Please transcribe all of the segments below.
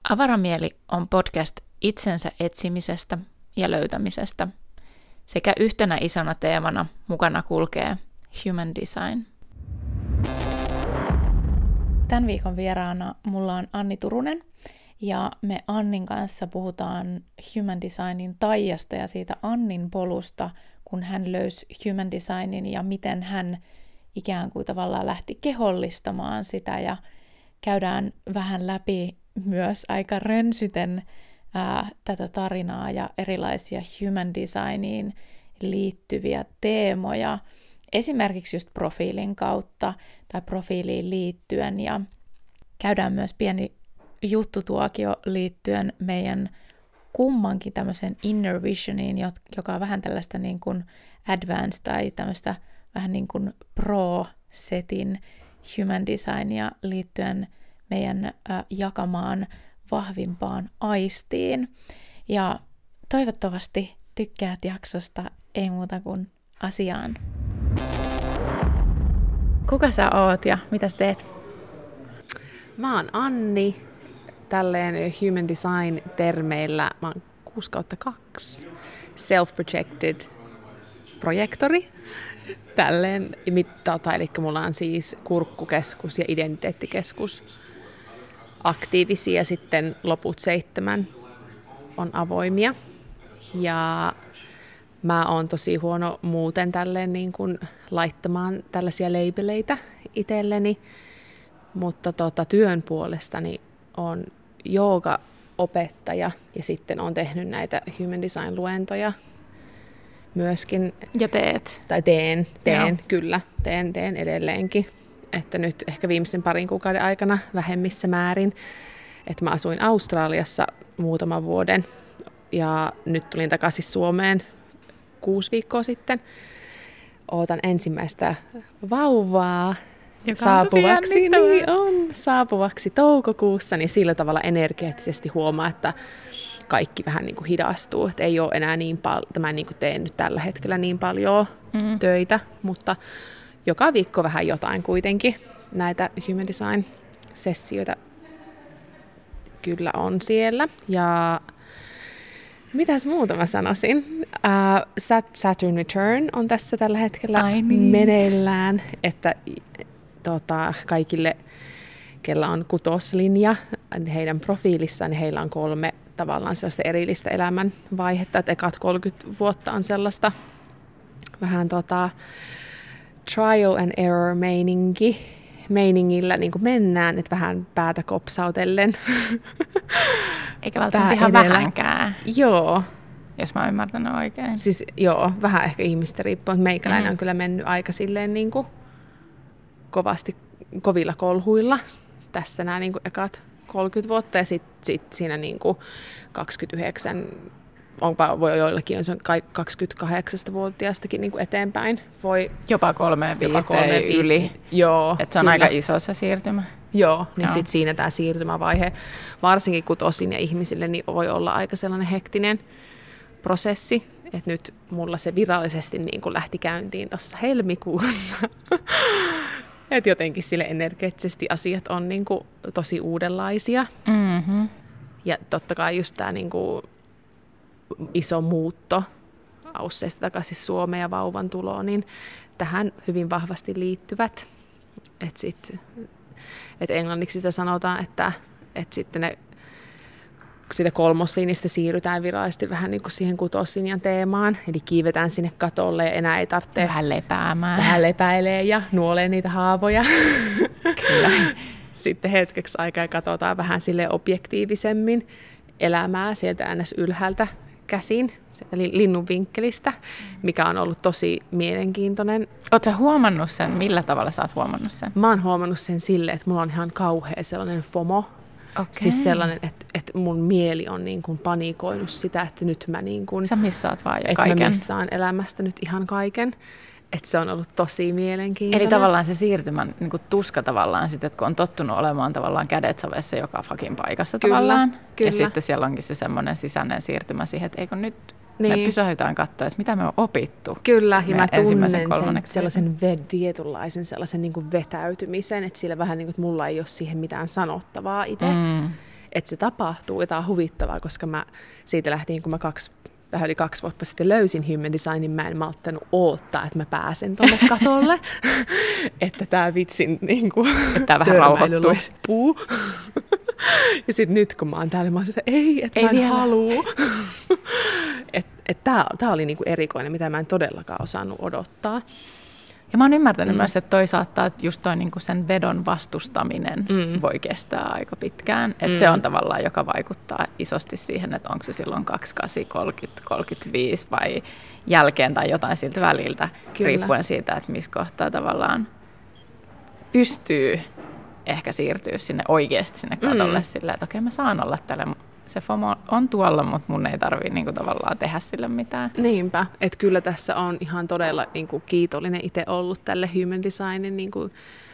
Avaramieli on podcast itsensä etsimisestä ja löytämisestä, sekä yhtenä isona teemana mukana kulkee human design. Tämän viikon vieraana mulla on Anni Turunen, ja me Annin kanssa puhutaan human designin taijasta ja siitä Annin polusta, kun hän löysi human designin ja miten hän ikään kuin tavallaan lähti kehollistamaan sitä, ja käydään vähän läpi myös aika rönsyten tätä tarinaa ja erilaisia human designiin liittyviä teemoja, esimerkiksi just profiilin kautta tai profiiliin liittyen, ja käydään myös pieni juttutuokio liittyen meidän kummankin tämmöisen inner visioniin, joka on vähän tällaista niin kuin advanced tai tämmöistä vähän niin kuin pro-setin human designia liittyen meidän jakamaan vahvimpaan aistiin. Ja toivottavasti tykkäät jaksosta, ei muuta kuin asiaan. Kuka sä oot ja mitä sä teet? Mä oon Anni, tälleen human design-termeillä. Mä oon 6/2 self-projected projektori. Tälleen, eli mulla on siis kurkkukeskus ja identiteettikeskus aktiivisia, sitten loput 7 on avoimia. Ja mä oon tosi huono muuten tälleen niin kuin laittamaan tällaisia labeleita itselleni, mutta työn puolestani on joogaopettaja ja sitten on tehnyt näitä human design-luentoja myöskin. Ja teet? Tai teen edelleenkin. Että nyt ehkä viimeisen parin kuukauden aikana vähemmissä määrin. Että mä asuin Australiassa muutaman vuoden ja nyt tulin takaisin Suomeen 6 viikkoa sitten. Ootan ensimmäistä vauvaa saapuvaksi toukokuussa, niin sillä tavalla energeettisesti huomaa, että kaikki vähän niin kuin hidastuu. Että ei ole enää niin paljon, mä niin kuin teen nyt tällä hetkellä niin paljon töitä, mutta joka viikko vähän jotain kuitenkin. Näitä human design-sessioita kyllä on siellä. Ja mitäs muuta mä sanoisin? Saturn Return on tässä tällä hetkellä meneillään, että kaikille, kella on kutoslinja, heidän profiilissaan, niin heillä on 3 tavallaan sellaista erillistä elämänvaihetta, että ekat 30 vuotta on sellaista vähän trial and error meiningillä niin kuin mennään, että vähän päätä kopsautellen. Eikä välttämättä ihan vähänkään. Joo. Jos mä ymmärrän oikein. Siis joo, vähän ehkä ihmistä riippuu. Meikäläinen on kyllä mennyt aika silleen niin kuin kovasti kovilla kolhuilla. Tässä nämä niin kuin ekat 30 vuotta ja sit siinä niin kuin 29, voi joillakin on se 28-vuotiaastakin niin kuin eteenpäin. Jopa 3 yli. Joo, että se on aika iso se siirtymä. Joo, niin sitten siinä tämä siirtymävaihe, varsinkin kutosin ja ihmisille, niin voi olla aika sellainen hektinen prosessi. Että nyt mulla se virallisesti niin kuin lähti käyntiin tuossa helmikuussa. Että jotenkin sille energeettisesti asiat on niin kuin tosi uudenlaisia. Mm-hmm. Ja totta kai just tämä niin kuin iso muutto Ausseista takaisin Suomeen ja vauvan tuloon, niin tähän hyvin vahvasti liittyvät. Että englanniksi sitä sanotaan, että sitten siitä 3. linjasta siirrytään virallisesti vähän niin kuin siihen 6. linjan teemaan. Eli kiivetään sinne katolle ja enää ei tarvitse vähän lepäämään. Vähän lepäilee ja nuolee niitä haavoja. Kyllä. Sitten hetkeksi aikaa katsotaan vähän sille objektiivisemmin elämää sieltä ns. Ylhäältä käsin, sieltä linnun vinkkelistä, mikä on ollut tosi mielenkiintoinen. Oletko sä huomannut sen? Millä tavalla sä oot huomannut sen? Mä oon huomannut sen sille, että mulla on ihan kauhea sellainen FOMO. Okay. Siis sellainen, että mun mieli on niin kuin panikoinut sitä, että nyt mä niin kuin, sä missaat vaan jo että kaiken. Mä missaan elämästä nyt ihan kaiken. Että se on ollut tosi mielenkiintoinen. Eli tavallaan se siirtymän niin kuin tuska tavallaan, sit, että kun on tottunut olemaan tavallaan kädet savessa joka fucking paikassa tavallaan. Kyllä. Ja sitten siellä onkin se semmoinen sisäinen siirtymä siihen, että eikö nyt niin. Me pysähytään katsoa, että mitä me on opittu. Kyllä, ja mä tunnen sellaisen tietynlaisen sellaisen niin kuin vetäytymisen, että sillä vähän niin kuin, että mulla ei ole siihen mitään sanottavaa itse. että se tapahtuu, ja tämä on huvittavaa, koska mä siitä lähtien, kun mä vähän yli 2 vuotta sitten löysin Human Designin, mä en malttanut odottaa, että mä pääsen tuonne katolle, että tämä vitsin niin kuin, että vähän rauhoittuisi. Ja sitten nyt, kun mä oon täällä, mä oon sitä, että mä en halua. Tämä oli niin kuin erikoinen, mitä mä en todellakaan osannut odottaa. Ja mä oon ymmärtänyt myös, että toi saattaa, että just toi niinku sen vedon vastustaminen voi kestää aika pitkään. Että se on tavallaan, joka vaikuttaa isosti siihen, että onko se silloin 28, 30, 35 vai jälkeen tai jotain siltä väliltä. Kyllä. Riippuen siitä, että missä kohtaa tavallaan pystyy ehkä siirtyä sinne oikeasti sinne katolle silleen, että okei, mä saan olla täällä. Se FOMO on tuolla, mutta mun ei tarvitse niinku tavallaan tehdä sille mitään. Niinpä, että kyllä tässä on ihan todella niinku kiitollinen itse ollut tälle Human Designin niinku,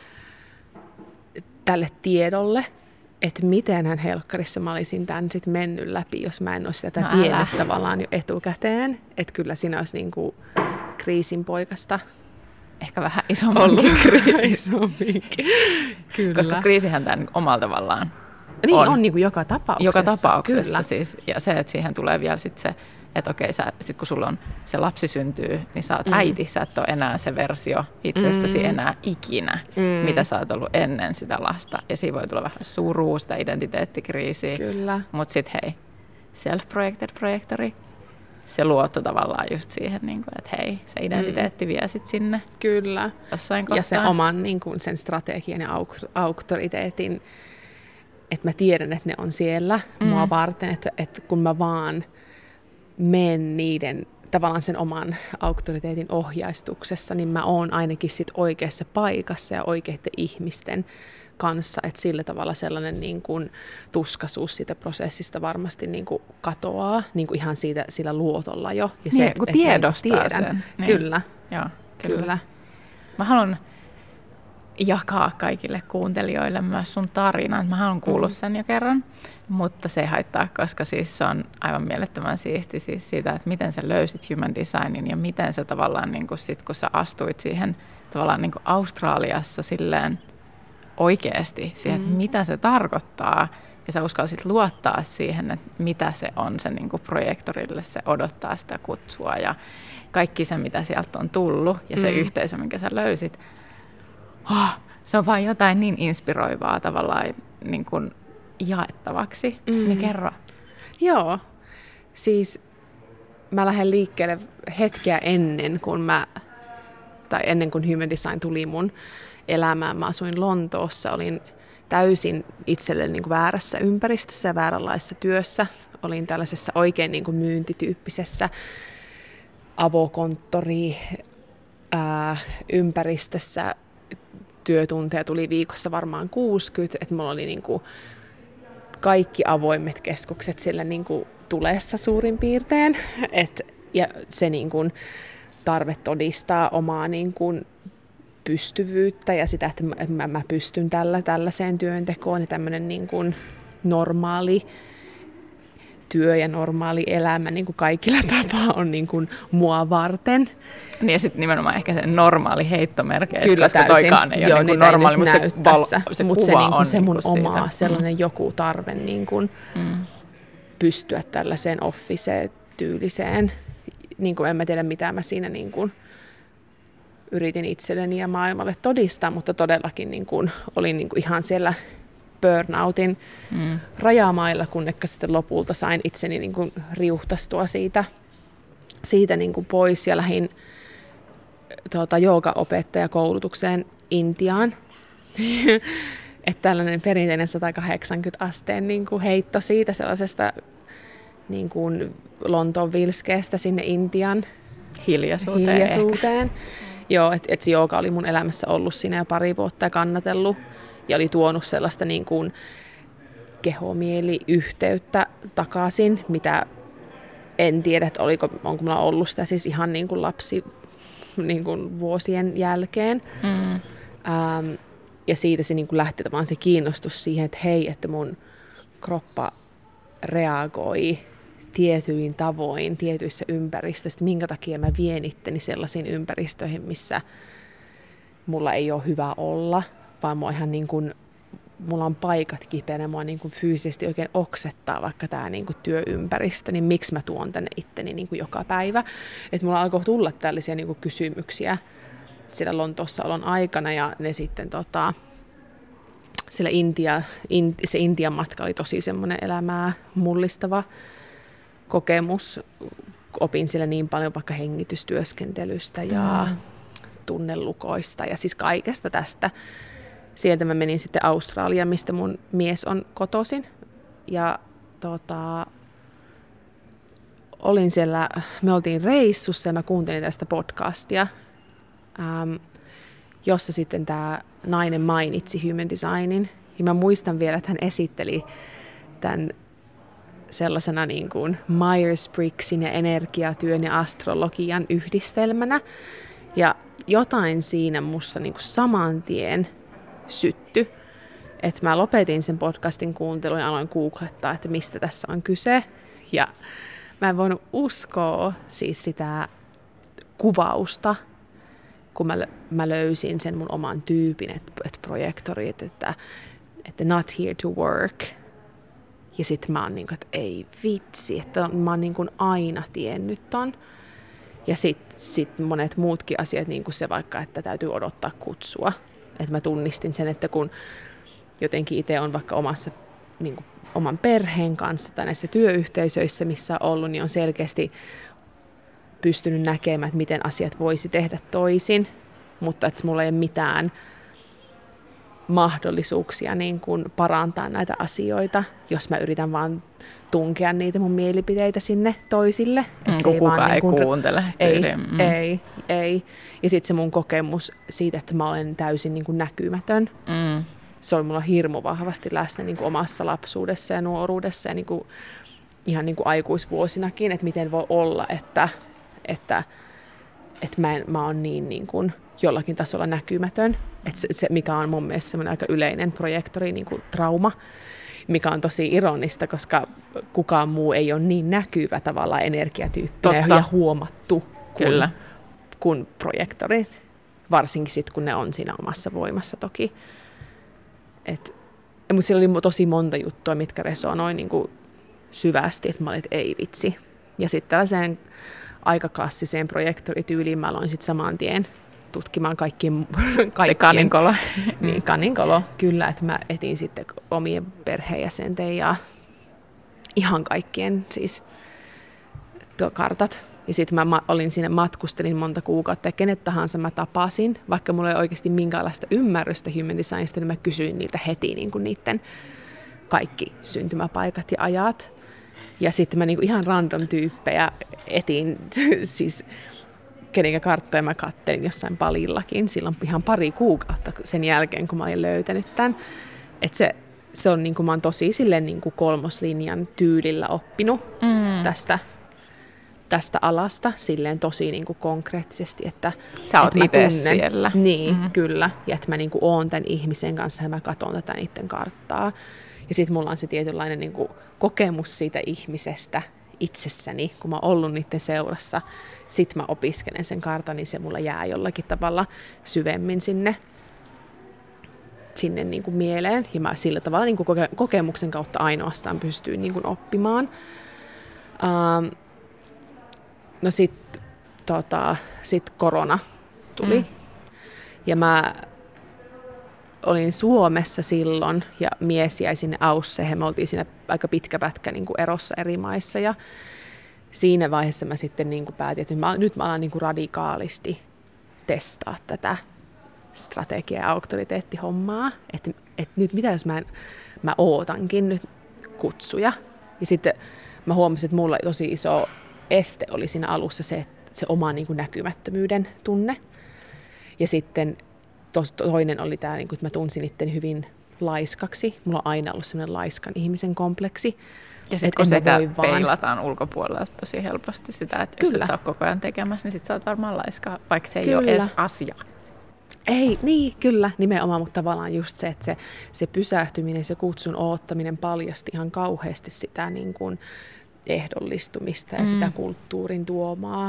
tälle tiedolle, että mitenhän helkkarissa mä olisin tämän sit mennyt läpi, jos mä en olisi tätä tiennyt tavallaan jo etukäteen. Että kyllä siinä olisi niinku kriisin poikasta. Ehkä vähän isomminkin isomminkin. Kyllä. Koska kriisihän tämä omalla tavallaan niin on niin kuin joka tapauksessa. Joka tapauksessa kyllä. Siis. Ja se, että siihen tulee vielä sit se, että okei, sit kun sulla on se lapsi syntyy, niin sä oot äiti, sä et ole enää se versio itsestäsi enää ikinä, mitä sä oot ollut ennen sitä lasta. Ja siinä voi tulla vähän surua, sitä identiteettikriisiä. Kyllä. Mutta sitten hei, self-projected projektori, se luotto tavallaan just siihen, että hei, se identiteetti vie sit sinne. Kyllä. Jossain kohtaa. Ja se oman niin kuin sen strategian ja auktoriteetin, että mä tiedän, että ne on siellä mua varten, että kun mä vaan menen niiden tavallaan sen oman auktoriteetin ohjaistuksessa, niin mä oon ainakin sit oikeassa paikassa ja oikeiden ihmisten kanssa, että sillä tavalla sellainen niin kuin tuskaisuus siitä prosessista varmasti niin kuin katoaa niin kuin ihan siitä, sillä luotolla jo. Ja niin, kun tiedostaa sen. Niin. Kyllä. Joo, kyllä. Mä haluan jakaa kaikille kuuntelijoille myös sun tarinan. Mä oon kuullut sen jo kerran, mutta se ei haittaa, koska siis se on aivan mielettömän siisti siis siitä, että miten sä löysit Human Designin ja miten sä tavallaan, niin kun, sit, kun sä astuit siihen tavallaan niin Australiassa silleen oikeasti siihen, että mitä se tarkoittaa ja sä uskalsit luottaa siihen, että mitä se on se niin kuin projektorille, se odottaa sitä kutsua ja kaikki se, mitä sieltä on tullut ja se yhteisö, minkä sä löysit. Se on vaan jotain niin inspiroivaa tavallaan niin kuin jaettavaksi. Niin kerro. Joo. Siis mä lähden liikkeelle hetkeä ennen kuin Human Design tuli mun elämään. Mä asuin Lontoossa, olin täysin itselleni niin kuin väärässä ympäristössä ja vääränlaisessa työssä. Olin tällaisessa oikein niin kuin myyntityyppisessä avokonttori ympäristössä. Työtunteja tuli viikossa varmaan 60, että mulla oli niin kuin kaikki avoimet keskukset sillä niin kuin tulessa suurin piirtein. Ja se niin kuin tarve todistaa omaa niin kuin pystyvyyttä ja sitä, että mä pystyn tällaiseen työntekoon ja tämmöinen niin kuin normaali työ ja normaali elämä niin kuin kaikilla tapaa on niin kuin mua varten. Niin ja sitten nimenomaan ehkä se normaali heittomerkeissä, kyllä, koska täysin. toikaan ei ole niin normaali, mutta se kuva on se mun niin oma sellainen joku tarve niin kuin pystyä tällaiseen office-tyyliseen, niin kuin en mä tiedä mitä mä siinä niin kuin yritin itselleni ja maailmalle todistaa, mutta todellakin niin kuin olin niin kuin ihan siellä burnoutin rajamailla, kunnes sitten lopulta sain itseni niin kuin riuhtastua siitä niin kuin pois ja lähdin joogaopettajakoulutukseen Intiaan. Että tällainen perinteinen 180 asteen niin kuin heitto siitä sellaisesta niin kuin Lontoon vilskeestä sinne Intian hiljaisuuteen. Joo, että se jooga oli mun elämässä ollut siinä jo 2 vuotta ja kannatellut. Ja oli tuonut sellaista niin kuin kehomieliyhteyttä takaisin, mitä en tiedä, että onko mulla ollut sitä siis ihan niin kuin lapsi niin kuin vuosien jälkeen. Ja siitä se niin kuin lähti vaan se kiinnostus siihen, että hei, että mun kroppa reagoi tietyin tavoin tietyissä ympäristöissä, minkä takia mä vien itteni sellaisiin ympäristöihin, missä mulla ei ole hyvä olla, vaan mua ihan niin kuin mulla on paikat kipeänä, mua niin kuin fyysisesti oikein oksettaa vaikka tämä niin kuin työympäristö, niin miksi mä tuon tänne itteni niin kuin joka päivä. Että mulla alkoi tulla tällaisia niin kuin kysymyksiä siellä Lontoossa olon aikana, ja ne sitten siellä se Intian matka oli tosi semmoinen elämää mullistava kokemus. Opin siellä niin paljon vaikka hengitystyöskentelystä ja tunnelukoista ja siis kaikesta tästä. Sieltä mä menin sitten Australiaan, mistä mun mies on kotoisin. Ja olin siellä, me oltiin reissussa ja mä kuuntelin tästä podcastia, jossa sitten tämä nainen mainitsi human designin. Ja mä muistan vielä, että hän esitteli tämän sellaisena niin kuin Myers-Briggsin ja energiatyön ja astrologian yhdistelmänä. Ja jotain siinä musta niin kuin saman tien sytty, että mä lopetin sen podcastin kuuntelun ja aloin googlettaa, että mistä tässä on kyse. Ja mä en voinut uskoa siis sitä kuvausta, kun mä löysin sen mun oman tyypin, että projektorit, että not here to work. Ja sit mä oon niinku, että ei vitsi, että mä oon niinku aina tiennyt ton. Ja sit monet muutkin asiat, niin kuin se vaikka, että täytyy odottaa kutsua. Että mä tunnistin sen, että kun jotenkin itse on vaikka niin kuin oman perheen kanssa tai näissä työyhteisöissä, missä on ollut, niin on selkeästi pystynyt näkemään, että miten asiat voisi tehdä toisin. Mutta että mulla ei ole mitään mahdollisuuksia niin kuin parantaa näitä asioita, jos mä yritän vaan tunkea niitä mun mielipiteitä sinne toisille. Kun kukaan ei kuuntele. Ei. Ja sitten se mun kokemus siitä, että mä olen täysin niin kuin näkymätön. Se oli mulla hirmu vahvasti läsnä niin kuin omassa lapsuudessa ja nuoruudessa ja niin kuin, ihan niin kuin aikuisvuosinakin, että miten voi olla, että mä oon niin kuin jollakin tasolla näkymätön. Että se, mikä on mun mielestä semmoinen aika yleinen projektori niin kuin trauma, mikä on tosi ironista, koska kukaan muu ei ole niin näkyvä tavallaan energiatyyppinen ja huomattu kuin projektori. Varsinkin sitten, kun ne on siinä omassa voimassa toki. Mutta siellä oli tosi monta juttua, mitkä resonoi niin kuin syvästi, että mä olin, että ei vitsi. Ja sitten tällaiseen aika klassiseen projektorityyliin mä aloin sitten saman tien tutkimaan kaikkien. Se kaninkolo. Niin, kaninkolo, kyllä, että mä etin sitten omien perheenjäsenten ja ihan kaikkien siis kartat. Ja sitten mä olin siinä, matkustelin monta kuukautta ja kenet tahansa mä tapasin, vaikka mulla ei oikeasti minkäänlaista ymmärrystä human designista, niin mä kysyin niiltä heti niin kuin niiden kaikki syntymäpaikat ja ajat. Ja sitten mä niin kuin ihan random tyyppejä etin siis kenenkä karttoja mä kattelin jossain Balillakin silloin ihan pari kuukautta sen jälkeen, kun mä olin löytänyt tämän. Että se on niin kuin, mä oon tosi silleen niin kuin kolmoslinjan tyylillä oppinut tästä alasta silleen tosi niin kuin konkreettisesti, että sä oot itse siellä. Niin, kyllä. Ja että mä niin kuin oon tämän ihmisen kanssa ja mä katson tätä niiden karttaa. Ja sitten mulla on se tietynlainen niin kuin kokemus siitä ihmisestä itsessäni, kun mä oon ollut niiden seurassa. Sitten mä opiskelen sen kartan, niin se mulla jää jollakin tavalla syvemmin sinne niin kuin mieleen. Ja mä sillä tavalla niin kuin kokemuksen kautta ainoastaan pystyin niin kuin oppimaan. No sit korona tuli. Ja mä olin Suomessa silloin ja mies jäi sinne Ausseen. Me oltiin siinä aika pitkä pätkä niin kuin erossa eri maissa ja siinä vaiheessa mä sitten niin kuin päätin, että nyt mä alan niin kuin radikaalisti testaa tätä strategia- ja auktoriteettihommaa. Että nyt mitä jos mä ootankin nyt kutsuja. Ja sitten mä huomasin, että mulla tosi iso este oli siinä alussa se oma niin kuin näkymättömyyden tunne. Ja sitten toinen oli tämä, niin kuin, että mä tunsin itten hyvin laiskaksi. Mulla on aina ollut sellainen laiskan ihmisen kompleksi. Ja sitten kun sitä peilataan ulkopuolella tosi helposti sitä, että jos et sä ole koko ajan tekemässä, niin sit sä oot varmaan laiska, vaikka se ei ole edes asia. Ei, niin, kyllä, nimenomaan, mutta tavallaan just se, että se pysähtyminen, se kutsun oottaminen paljasti ihan kauheasti sitä niin kuin ehdollistumista ja sitä kulttuurin tuomaa.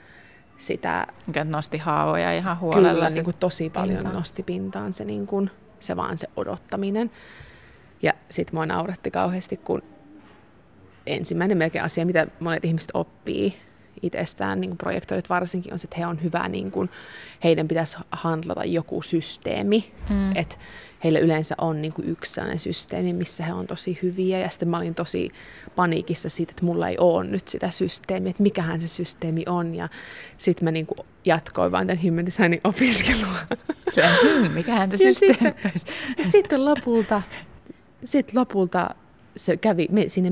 Sitä, mikä nosti haavoja ihan huolella. Kyllä, niin kuin tosi paljon nosti pintaan se niin kuin se vaan se odottaminen. Ja sit mua nauratti kauheasti, kun ensimmäinen melkein asia, mitä monet ihmiset oppii itsestään, niin kuin projektorit varsinkin, on se, että he on hyvä, niin kuin, heidän pitäisi handlata joku systeemi, että heillä yleensä on niin kuin yksi sellainen systeemi, missä he on tosi hyviä, ja sitten mä olin tosi paniikissa siitä, että mulla ei ole nyt sitä systeemiä, että mikähän se systeemi on, ja sitten mä niin kuin jatkoin vaan tämän Human Designin opiskelua. Mikähän se systeemi olisi? Sitten lopulta sinne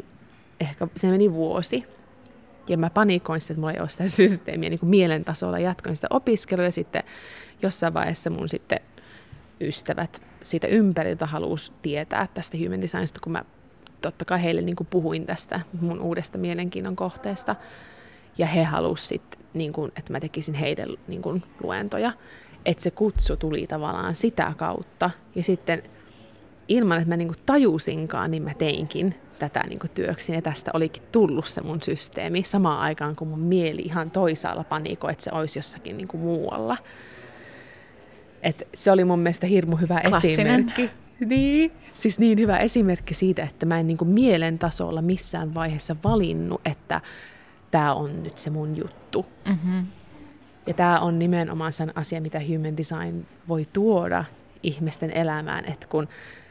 meni vuosi, ja mä panikoin sitä, että mulla ei ole sitä systeemiä niin kuin mielen tasolla. Jatkoin sitä opiskelua ja sitten jossain vaiheessa mun sitten ystävät siitä ympäriltä halusi tietää tästä Human Designista, kun mä totta kai heille niin kuin puhuin tästä mun uudesta mielenkiinnon kohteesta. Ja he halusivat, niin kuin, että mä tekisin heille niin kuin luentoja. Että se kutsu tuli tavallaan sitä kautta. Ja sitten ilman, että mä niin kuin tajusinkaan, niin mä teinkin tätä niin kuin työksi, ja tästä olikin tullut se mun systeemi samaan aikaan, kun mun mieli ihan toisaalla panikoi, että se olisi jossakin niin kuin muualla. Et se oli mun mielestä hirmu hyvä esimerkki. Niin, siis niin hyvä esimerkki siitä, että mä en niin kuin mielen tasolla missään vaiheessa valinnut, että tämä on nyt se mun juttu. Mm-hmm. Ja tämä on nimenomaan sen asia, mitä Human Design voi tuoda ihmisten elämään, että kun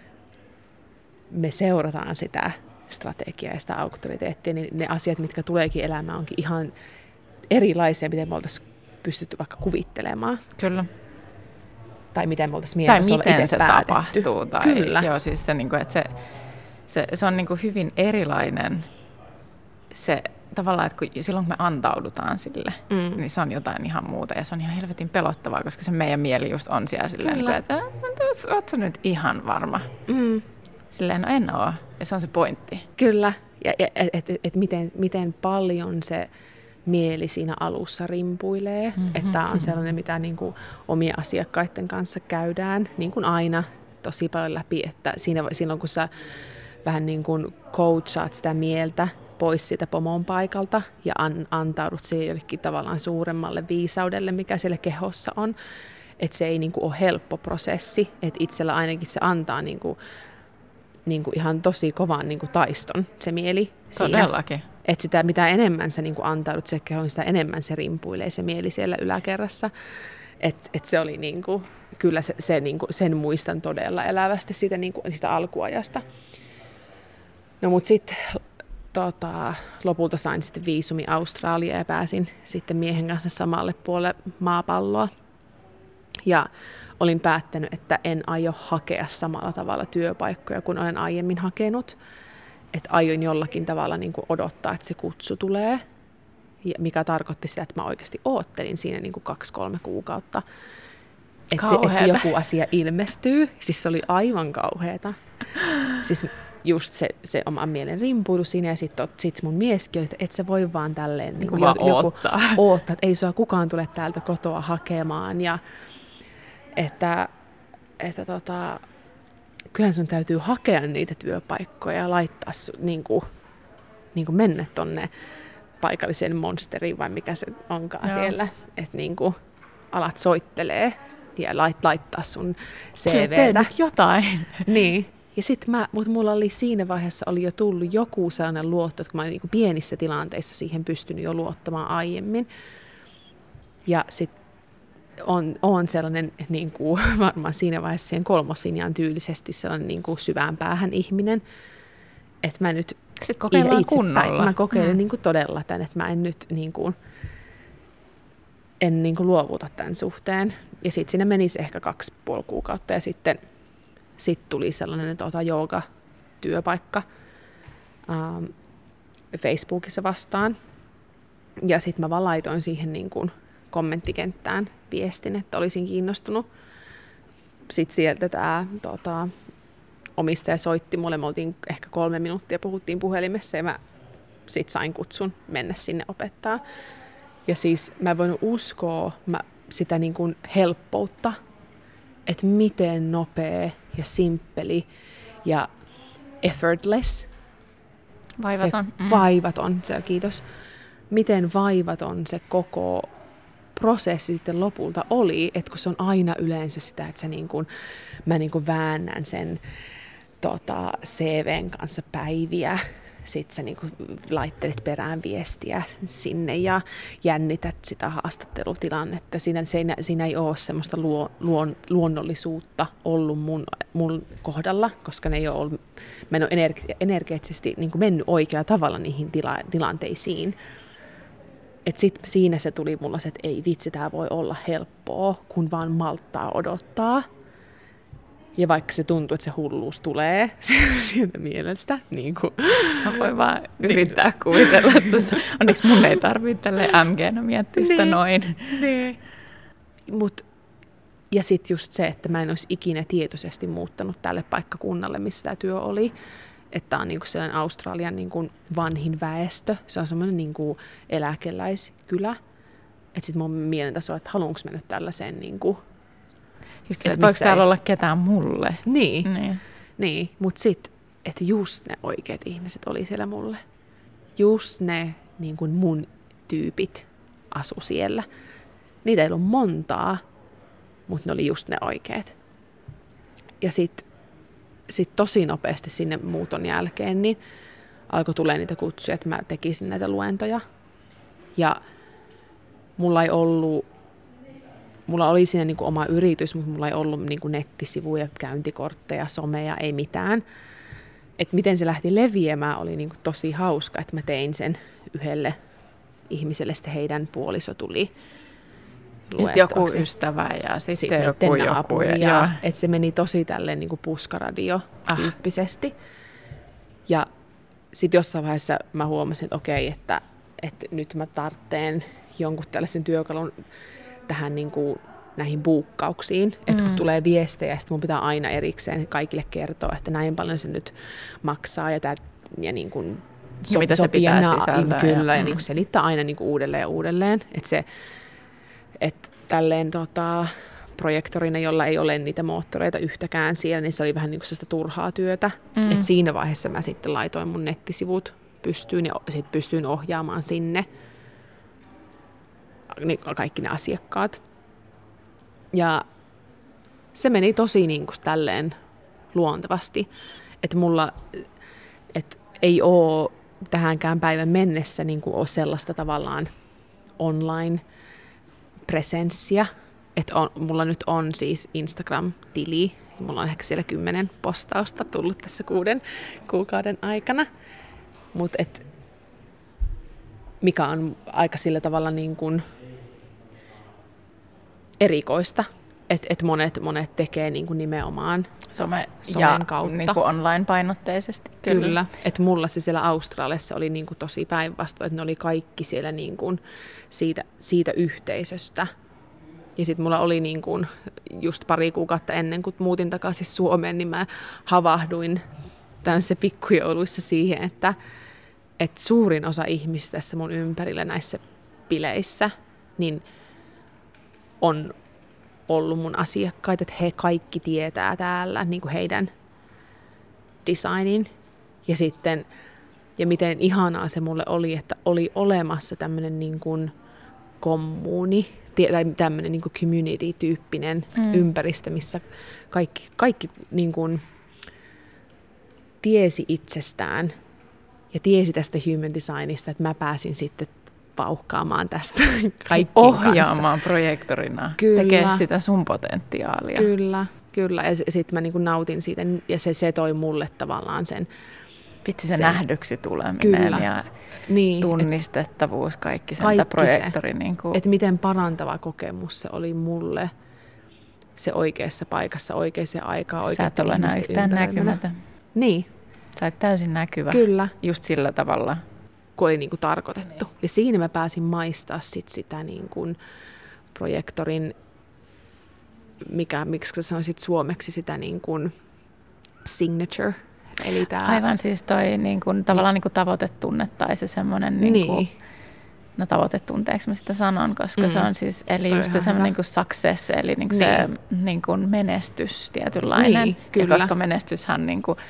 me seurataan sitä strategiaa ja sitä auktoriteettia, niin ne asiat, mitkä tuleekin elämään, onkin ihan erilaisia, miten me oltaisiin pystytty vaikka kuvittelemaan. Kyllä. Tai miten me oltaisiin mielessä olla itse päätetty. Tapahtuu. Tai, kyllä. Joo, siis se, että se on hyvin erilainen se tavallaan, että silloin kun me antaudutaan sille, niin se on jotain ihan muuta. Ja se on ihan helvetin pelottavaa, koska se meidän mieli just on siellä silleen, että ootko nyt ihan varma? Silleen, no en ole. Ja se on se pointti. Kyllä. Ja miten paljon se mieli siinä alussa rimpuilee. Että tämä on sellainen, mitä niin kuin omien asiakkaiden kanssa käydään niin kuin aina tosi paljon läpi. Että silloin, kun sä vähän niin kuin coachaat sitä mieltä pois siitä pomon paikalta ja antaudut siihen jollekin tavallaan suuremmalle viisaudelle, mikä siellä kehossa on. Että se ei niin kuin ole helppo prosessi. Että itsellä ainakin se antaa niin kuin ihan tosi kovan niin kuin taiston se mieli siinä. Todellakin. Että sitä mitä enemmän sä niin kuin antaudut se kehoon, sitä enemmän se rimpuilee se mieli siellä yläkerrassa. Että se oli niin kuin, kyllä se niin kuin, sen muistan todella elävästi siitä, niin kuin, siitä alkuajasta. No mut sitten lopulta sain sitten viisumi Australiaan ja pääsin sitten miehen kanssa samalle puolelle maapalloa. Ja olin päättänyt, että en aio hakea samalla tavalla työpaikkoja kuin olen aiemmin hakenut. Että aion jollakin tavalla niin kuin odottaa, että se kutsu tulee. Ja mikä tarkoitti sitä, että mä oikeasti oottelin siinä niin kuin 2-3 kuukautta. Että se joku asia ilmestyy. Siis se oli aivan kauheata. Siis just se oman mielen rimpuilu siinä, ja sitten mun mieskin oli, että et sä voi vaan tälleen niin joku oottaa, että ei sua kukaan tule täältä kotoa hakemaan. Ja että kyllähän sun täytyy hakea niitä työpaikkoja ja laittaa niin kuin mennä tonne paikalliseen monsteriin, vai mikä se onkaan siellä. Että niin kuin alat soittelee ja laittaa sun CV:tä. Teet nyt jotain. Niin. Ja mutta mulla oli siinä vaiheessa jo tullut joku sellainen luotto, että kun mä olin niin kuin pienissä tilanteissa siihen pystynyt jo luottamaan aiemmin. Ja sitten on sellainen niin kuin, varmaan siinä vaiheessa siihen 3. linjaan tyylisesti sellainen niin kuin syvään päähän ihminen, että mä nyt sitten kokeillaan kunnolla. Mä kokeilen niin kuin todella tämän, että mä en nyt niin kuin, luovuta tämän suhteen. Ja sitten siinä menisi ehkä 2,5 kuukautta ja sitten tuli sellainen jooga-työpaikka Facebookissa vastaan. Ja sitten mä vaan laitoin siihen niin kuin kommenttikenttään viestin, että olisin kiinnostunut. Sitten sieltä tämä omistaja soitti mulle, me oltiin ehkä 3 minuuttia, puhuttiin puhelimessa ja mä sitten sain kutsun mennä sinne opettaa. Ja siis mä en voinut uskoa sitä niin kuin helppoutta, että miten nopea ja simppeli ja effortless. Vaivaton. Vaivaton, kiitos. Miten vaivaton se koko prosessi sitten lopulta oli, että kun se on aina yleensä sitä, että mä väännän sen CVn kanssa päiviä, sitten sä laittelet perään viestiä sinne ja jännität sitä haastattelutilannetta. Siinä ei ole semmoista luonnollisuutta ollut mun kohdalla, koska mä en ole energeettisesti mennyt oikealla tavalla niihin tilanteisiin. Et sit siinä se tuli mulla se, että ei vitsi, tää voi olla helppoa, kun vaan malttaa odottaa. Ja vaikka se tuntuu, että se hulluus tulee sieltä mielestä. Mä voin vaan yrittää kuvitella, että onneksi mun ei tarvitse tälleen MG:nä miettiä sitä noin. Niin. Ja sitten just se, että mä en olisi ikinä tietoisesti muuttanut tälle paikkakunnalle, missä tämä työ oli. Että on sellainen Australian vanhin väestö. Se on semmoinen eläkeläiskylä. Että sitten mun mielentäs on, että haluanko mä nyt tällaiseen just että voiko täällä olla ketään mulle? Niin. Mutta sitten, että just ne oikeat ihmiset oli siellä mulle. Just ne mun tyypit asu siellä. Niitä ei ollut montaa, mutta ne oli just ne oikeat. Ja sitten tosi nopeasti sinne muuton jälkeen niin alkoi tulemaan niitä kutsuja, että mä tekisin näitä luentoja. Ja mulla oli siinä oma yritys, mutta mulla ei ollut nettisivuja, käyntikortteja, someja, ei mitään. Et miten se lähti leviämään oli tosi hauska, että mä tein sen yhdelle ihmiselle, sitten heidän puoliso tuli luentoaksi. Joku ystävä ja sitten joku naapuri. Ja että se meni tosi tälleen puskaradio-tyyppisesti. Ja sitten jossain vaiheessa mä huomasin, että okei, että nyt mä tarvitsen jonkun tällaisen työkalun tähän näihin buukkauksiin, että kun tulee viestejä, sitten mun pitää aina erikseen kaikille kertoa, että näin paljon se nyt maksaa ja mitä se pitää sisältää. Kyllä, ja selittää aina uudelleen ja uudelleen, että tälleen projektorina, jolla ei ole niitä moottoreita yhtäkään siellä, niin se oli vähän sellaista turhaa työtä, että siinä vaiheessa mä sitten laitoin mun nettisivut pystyyn ja sitten pystyin ohjaamaan sinne kaikki ne asiakkaat. Ja se meni tosi tälleen luontevasti, että mulla ei ole tähänkään päivän mennessä ole sellaista tavallaan online-presenssiä, että mulla nyt on siis Instagram-tili, mulla on ehkä siellä 10 postausta tullut tässä 6 kuukauden aikana, mutta mikä on aika sillä tavalla erikoista, että monet tekee nimenomaan somen kautta. Online-painotteisesti. Kyllä. Että mulla se siellä Australiassa oli tosi päinvastoin, että ne oli kaikki siellä siitä yhteisöstä. Ja sitten mulla oli just pari kuukautta ennen kuin muutin takaisin Suomeen, niin mä havahduin tämmöisissä pikkujouluissa siihen, että suurin osa ihmistä tässä mun ympärillä näissä bileissä, niin on ollut mun asiakkaita, että he kaikki tietää täällä heidän designin. Ja miten ihanaa se mulle oli, että oli olemassa tämmöinen kommuuni, tai tämmöinen community-tyyppinen ympäristö, missä kaikki tiesi itsestään ja tiesi tästä human designista, että mä pääsin sitten vauhkaamaan tästä kaikkien ohjaamaan projektorina, tekee sitä sun potentiaalia. Kyllä. Ja sitten mä nautin siitä, ja se toi mulle tavallaan sen. Vitsi se nähdyksi tuleminen ja tunnistettavuus, kaikki sen projektori. Että miten parantava kokemus se oli mulle, se oikeassa paikassa, oikeaan aikaan, oikeiden ihmisten ympärillä. Sä et ole enää yhtään näkymätön. Niin. Sä olet täysin näkyvä. Kyllä. Just sillä tavalla. Kun oli tarkoitettu. Ja siinä mä pääsin maistaa sitä projektorin, miksi sä sanoisit suomeksi sitä signature. Eli aivan siis toi tavallaan tavoitetunne tai se semmoinen no tavoitetunteeksi mä sitä sanon, koska se on siis, eli just se semmoinen success, eli se menestys tietynlainen. Ja koska menestyshän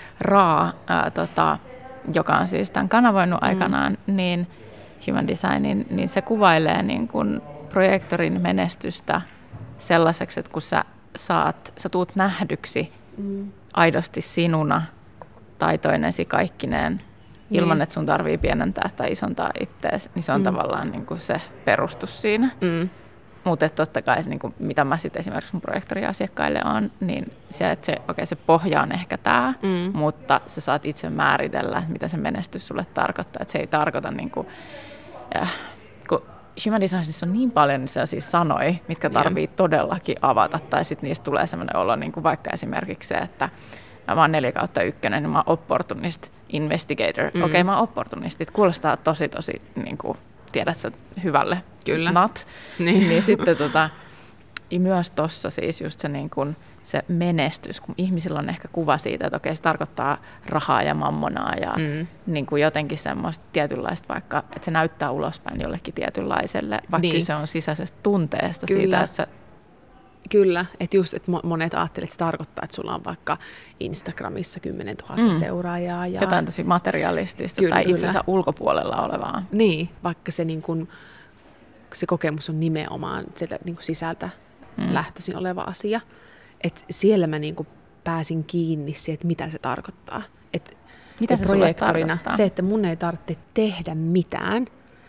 joka on siis tämän kanavoinut aikanaan, niin Human Designin, niin se kuvailee projektorin menestystä sellaiseksi, että kun sä tuut nähdyksi aidosti sinuna, taitoinesi kaikkineen, ilman että sun tarvii pienentää tai isontaa ittees, niin se on tavallaan niin kuin se perustus siinä. Mutta totta kai se, niin kuin, mitä mä sitten esimerkiksi mun projektoriasiakkaille on, niin se pohja on ehkä tämä, mutta sä saat itse määritellä, mitä se menestys sulle tarkoittaa. Että se ei tarkoita, niin kuin, kun Human Designissa on niin paljon sellaisia sanoja, mitkä tarvii todellakin avata, tai sitten niistä tulee sellainen olo, niin kuin vaikka esimerkiksi se, että mä oon 4/1, niin mä oon opportunist investigator. Okei, mä oon opportunistit. Kuulostaa tosi, niin kuin, tiedät sä, hyvälle. Kyllä. Not. Niin sitten myös tossa siis just se, niin kuin, se menestys, kun ihmisillä on ehkä kuva siitä, että okei, se tarkoittaa rahaa ja mammonaa ja niin kuin jotenkin semmoista tietynlaista, vaikka että se näyttää ulospäin jollekin tietynlaiselle, vaikka kyse on sisäisestä tunteesta siitä, että sä... Kyllä, että just, että monet ajattelevat, että se tarkoittaa, että sulla on vaikka Instagramissa 10 000 seuraajaa. Ja... jotain tosi materialistista tai itsensä ulkopuolella olevaa. Niin, vaikka se, niin kun, se kokemus on nimenomaan sieltä niin kun sisältä lähtöisin oleva asia. Että siellä mä niin kun pääsin kiinni siihen, että mitä se tarkoittaa. Mitä se sulle tarkoittaa? Se, että mun ei tarvitse tehdä mitään,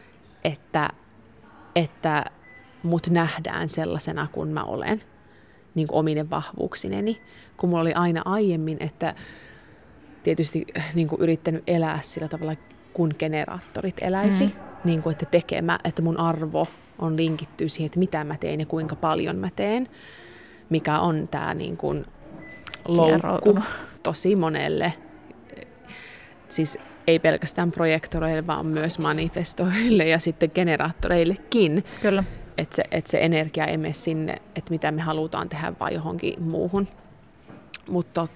että mut nähdään sellaisena kuin mä olen, niin kuin omine vahvuuksineni, kun mulla oli aina aiemmin, että tietysti niin kuin yrittänyt elää sillä tavalla, kun generaattorit eläisi, niin kuin, että mun arvo on linkittyy siihen, että mitä mä teen ja kuinka paljon mä teen, mikä on tää niin kuin loukku tosi monelle, siis ei pelkästään projektoreille, vaan myös manifestoille ja sitten generaattoreillekin. Kyllä. Että se energia ei mene sinne, että mitä me halutaan tehdä, vaan johonkin muuhun. Mutta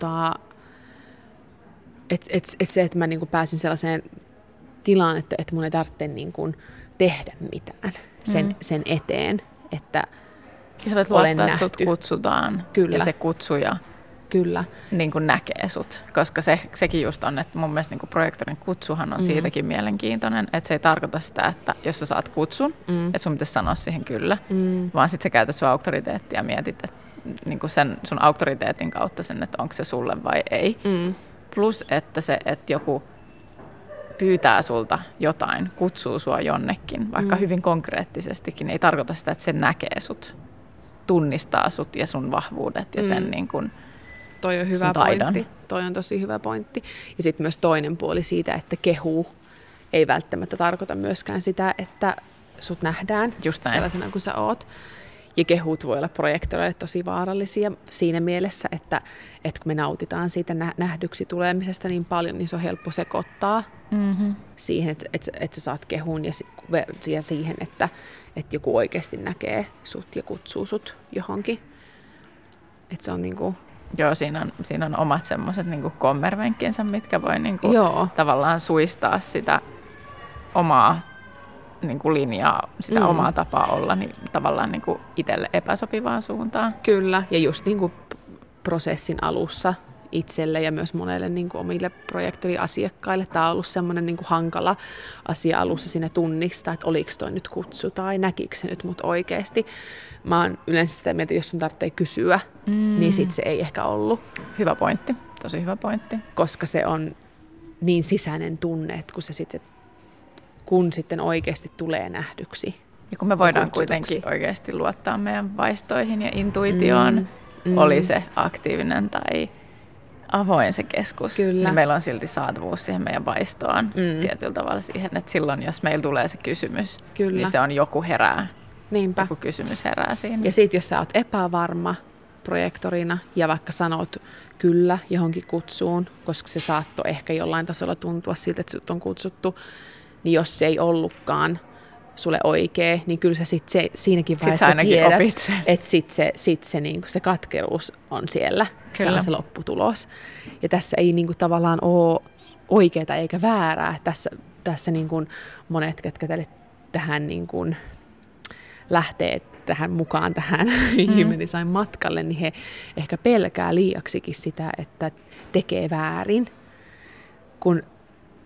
se, että mä niinku pääsin sellaiseen tilaan, että mun ei tarvitse niinku tehdä mitään sen eteen, että sä voit luottaa, että sut kutsutaan. Kyllä. Ja se kutsuja niin kuin näkee sut. Koska sekin just on, että mun mielestä niin kuin projektorin kutsuhan on siitäkin mielenkiintoinen, että se ei tarkoita sitä, että jos sä saat kutsun, että sun pitäisi sanoa siihen kyllä, vaan sitten sä käytät sun auktoriteettia ja mietit, että niin kuin sen sun auktoriteetin kautta sen, että onko se sulle vai ei. Plus, että se, että joku pyytää sulta jotain, kutsuu sua jonnekin, vaikka hyvin konkreettisestikin, ei tarkoita sitä, että se näkee sut, tunnistaa sut ja sun vahvuudet ja sen niin kuin toi on hyvä pointti. Toi on tosi hyvä pointti. Ja sitten myös toinen puoli siitä, että kehuu ei välttämättä tarkoita myöskään sitä, että sut nähdään sellaisena kuin sä oot. Ja kehut voi olla projektoreille tosi vaarallisia siinä mielessä, että kun me nautitaan siitä nähdyksi tulemisesta niin paljon, niin se on helppo sekoittaa siihen, että sä saat kehun ja siihen, että joku oikeasti näkee sut ja kutsuu sut johonkin. Että se on niinku... Joo, siinä on omat semmoiset niinku kommervenkkinsä, mitkä voi niinku tavallaan suistaa sitä omaa niinku linjaa, sitä omaa tapaa olla, niin tavallaan niinku itselle epäsopivaan suuntaan. Kyllä, ja just niinku prosessin alussa itselle ja myös monelle niinku omille projektoriasiakkaille tämä on ollut semmoinen niinku hankala asia alussa siinä tunnistaa, että oliko toi nyt kutsu tai näkikö se nyt mut oikeasti. Mä oon yleensä sitä mieltä, että jos sun tarvitsee kysyä, niin sit se ei ehkä ollut. Hyvä pointti, tosi hyvä pointti. Koska se on niin sisäinen tunne, että kun sitten oikeasti tulee nähdyksi. Ja kun me voidaan kuitenkin oikeasti luottaa meidän vaistoihin ja intuitioon, oli se aktiivinen tai avoin se keskus, niin meillä on silti saatavuus siihen meidän vaistoon tietyllä tavalla siihen, että silloin jos meillä tulee se kysymys, niin se on joku herää. Niinpä. Joku kysymys herää siinä. Ja sitten jos sä oot epävarma projektorina ja vaikka sanot kyllä johonkin kutsuun, koska se saattoi ehkä jollain tasolla tuntua siltä, että sut on kutsuttu, niin jos se ei ollutkaan sulle oikea, niin kyllä sä siinäkin vaiheessa tiedät, että sit se, niin se katkeruus on siellä. Kyllä. Se on se lopputulos. Ja tässä ei niin kuin, tavallaan ole oikeaa eikä väärää. Tässä niin kuin, monet, ketkä tähän niin kuin, lähtee mukaan tähän Human Design matkalle, niin he ehkä pelkää liiaksikin sitä, että tekee väärin. Kun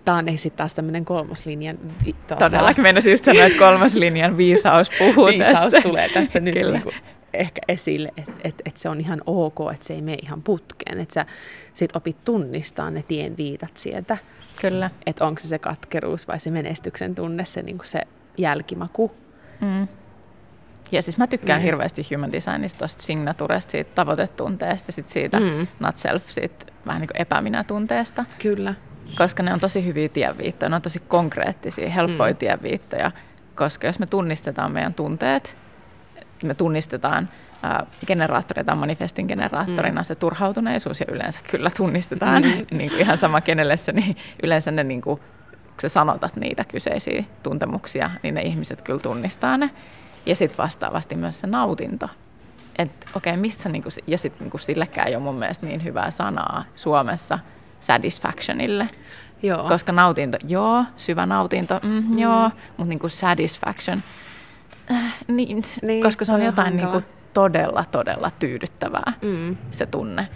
Tämä on sitten taas tämmöinen kolmoslinjan... Todellakin meinasin just sanoa, että kolmoslinjan viisaus puhuu viisaus tässä. tulee tässä nyt niinku ehkä esille, että se on ihan ok, että se ei mene ihan putkeen. Että sä sit opit tunnistaa ne tien viitat sieltä. Kyllä. Että onko se katkeruus vai se menestyksen tunne, se, niinku se jälkimaku. Ja siis mä tykkään hirveästi human designista, tosta signaturesta, siitä tavoitetunteesta, sit siitä not self, siitä vähän niin kuin epäminätunteesta. Kyllä. Koska ne on tosi hyviä tienviittoja, ne on tosi konkreettisia, helppoja tienviittoja. Koska jos me tunnistetaan meidän tunteet, me tunnistetaan generaattoria tai manifestin generaattorina se turhautuneisuus, ja yleensä kyllä tunnistetaan, niin kuin ihan sama kenelle se, niin yleensä ne, niin kuin, kun sä sanotat niitä kyseisiä tuntemuksia, niin ne ihmiset kyllä tunnistaa ne. Ja sitten vastaavasti myös se nautinto. Että okei, missä, niinku, ja sitten niinku, sillekään ei ole mun mielestä niin hyvää sanaa Suomessa satisfactionille. Joo. Koska nautinto, syvä nautinto, joo, mutta niinku satisfaction, niin, koska se on jotain niinku todella, todella tyydyttävää, se tunne.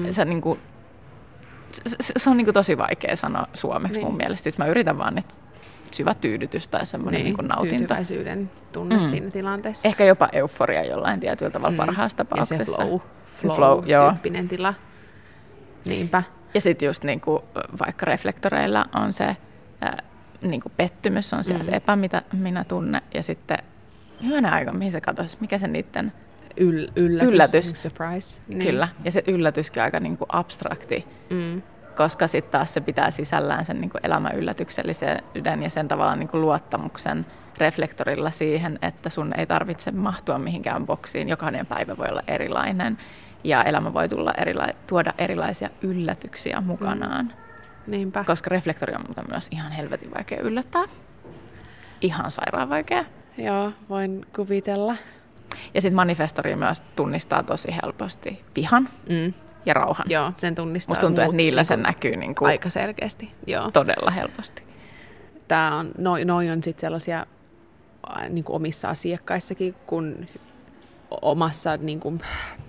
Se on niinku tosi vaikea sanoa suomeksi mun mielestä. Siis mä yritän vaan, että syvä tyydytys tai semmoinen niin nautinto. Tyytyväisyyden tunne siinä tilanteessa. Ehkä jopa euforia jollain tietyllä tavalla parhaassa tapauksessa. Ja se flow-tyyppinen tila. Niinpä. Ja sitten just niinku, vaikka reflektoreilla on se niinku pettymys, on siellä se epäminä-tunne, ja sitten hyvänä aika, mihin se katosi, mikä se niiden yllätys. Surprise. Niin. Kyllä, ja se yllätyskin on aika niinku abstrakti. Koska sitten taas se pitää sisällään sen niin kuin elämän yllätyksellisyyden ja sen tavallaan niin kuin luottamuksen reflektorilla siihen, että sun ei tarvitse mahtua mihinkään boksiin. Jokainen päivä voi olla erilainen ja elämä voi tuoda erilaisia yllätyksiä mukanaan. Niinpä. Koska reflektori on muuten myös ihan helvetin vaikea yllättää. Ihan sairaan vaikea. Joo, voin kuvitella. Ja sitten manifestori myös tunnistaa tosi helposti vihan. Ja rauhan. Joo, sen tunnistaa. Musta tuntuu, että niillä se näkyy niin kuin aika selkeästi. Joo. Todella helposti. Tää on, noi on sitten sellaisia niin kuin omissa asiakkaissakin, kun omassa niin kuin,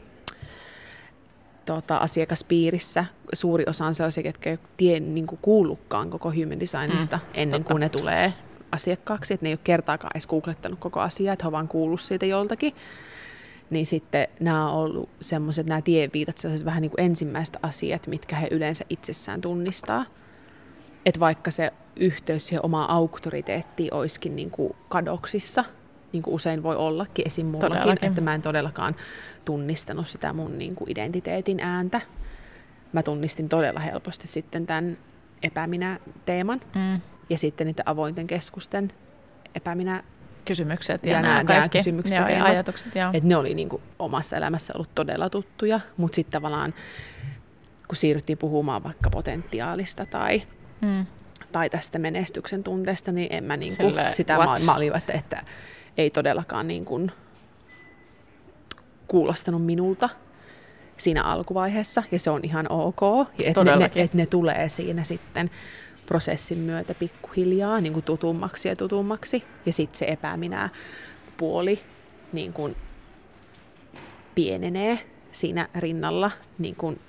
asiakaspiirissä suuri osa on sellaisia, ketkä ei niin kuin kuullutkaan koko human designista ennen kuin ne tulee asiakkaaksi. Että ne ei ole kertaakaan edes googlettanut koko asiaa, että he on vaan kuullut siitä joltakin. Niin sitten nämä on ollut semmoiset, nämä tienviitat, sellaiset vähän niin kuin ensimmäiset asiat, mitkä he yleensä itsessään tunnistaa. Että vaikka se yhteys siihen omaan auktoriteettiin olisikin niin kuin kadoksissa, niin kuin usein voi ollakin, esim. Mullakin, että mä en todellakaan tunnistanut sitä mun niin kuin identiteetin ääntä. Mä tunnistin todella helposti sitten tämän epäminä-teeman ja sitten niiden avointen keskusten epäminä kysymykset ja nämä kaikki kysymykset ja ajatukset. Että ne oli niin kuin omassa elämässä ollut todella tuttuja, mutta sitten tavallaan kun siirryttiin puhumaan vaikka potentiaalista tai tästä menestyksen tunteesta, niin en mä niin kuin sitä mä olin, että ei todellakaan niin kuin kuulostanut minulta siinä alkuvaiheessa, ja se on ihan ok, että ne tulee siinä sitten prosessin myötä pikkuhiljaa niin kuin tutummaksi, ja sitten se epäminä puoli niin kuin pienenee siinä rinnalla niin kuin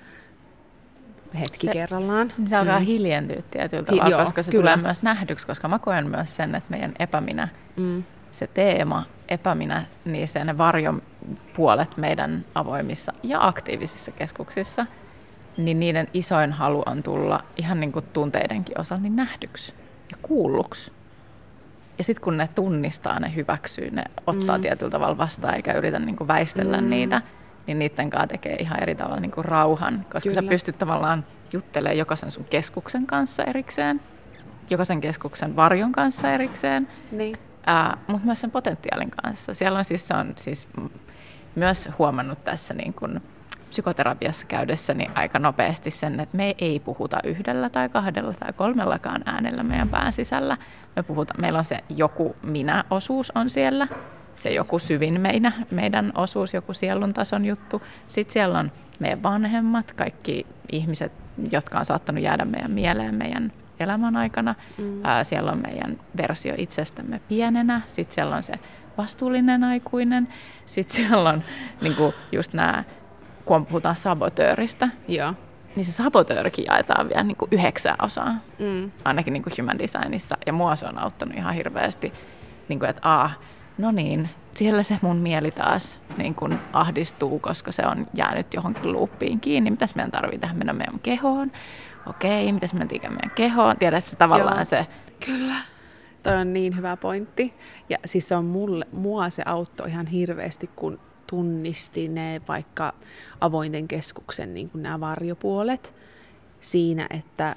hetki kerrallaan. Se alkaa hiljentyä tietyllä tavalla, koska se tulee myös nähdyksi, koska mä koen myös sen, että meidän epäminä, se teema, epäminä, niin se ne varjopuolet meidän avoimissa ja aktiivisissa keskuksissa, niin niiden isoin halu on tulla ihan niin kuin tunteidenkin osalta niin nähdyksi ja kuulluksi. Ja sitten kun ne tunnistaa, ne hyväksyy, ne ottaa tietyllä tavalla vastaan eikä yritä niin kuin väistellä niitä, niin niiden kanssa tekee ihan eri tavalla niin kuin rauhan. Koska sä pystyt tavallaan juttelemaan jokaisen sun keskuksen kanssa erikseen, jokaisen keskuksen varjon kanssa erikseen, mutta myös sen potentiaalin kanssa. Siellä on se on siis myös huomannut tässä niin kuin psykoterapiassa käydessäni aika nopeasti sen, että me ei puhuta 1 tai 2 tai 3 äänellä meidän pään sisällä. Meillä on se joku minä-osuus on siellä, se joku syvin meidän osuus, joku sielun tason juttu. Sitten siellä on meidän vanhemmat, kaikki ihmiset, jotka on saattanut jäädä meidän mieleen meidän elämän aikana. Siellä on meidän versio itsestämme pienenä. Sitten siellä on se vastuullinen aikuinen. Sitten siellä on niin kuin just nämä, kun puhutaan sabotööristä, niin se sabotöörikin jaetaan vielä niin kuin 9 osaan, ainakin niin kuin human designissa. Ja mua se on auttanut ihan hirveästi, niin kuin, että no niin, siellä se mun mieli taas niin kuin ahdistuu, koska se on jäänyt johonkin loopiin kiinni. Mitäs meidän tarvitsee tehdä? Mennä meidän kehoon. Okei, mitäs me tekee meidän kehoon? Tiedätkö tavallaan se... Kyllä. Toi on niin hyvä pointti. Ja siis se on mua se auttoi ihan hirveästi, kun tunnisti ne vaikka avointen keskuksen niin kuin nämä varjopuolet siinä, että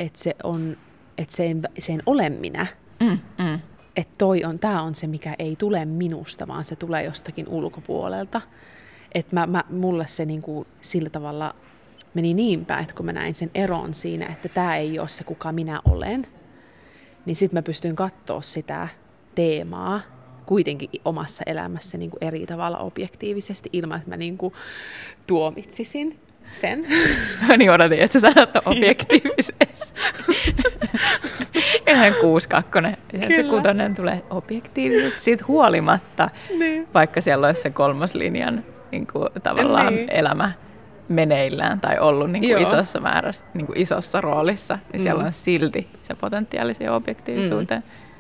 se en ole minä. Että tää on se, mikä ei tule minusta, vaan se tulee jostakin ulkopuolelta. Että mulle se niinku sillä tavalla meni niin päin, että kun mä näin sen eron siinä, että tää ei ole se, kuka minä olen, niin sit mä pystyin katsoa sitä teemaa kuitenkin omassa elämässä niinku eri tavalla objektiivisesti, ilman että mä niinku tuomitsisin sen. Mä niin odotin, että sä sanot objektiivisesti. Ihan 6-2. Se 6 tulee objektiivisesti siitä huolimatta, niin. Vaikka siellä olisi se 3. linjan niin kuin, tavallaan elämä meneillään tai ollut niin kuin isossa määrässä, niin kuin isossa roolissa, niin siellä on silti se potentiaalisen objektiivisuuteen.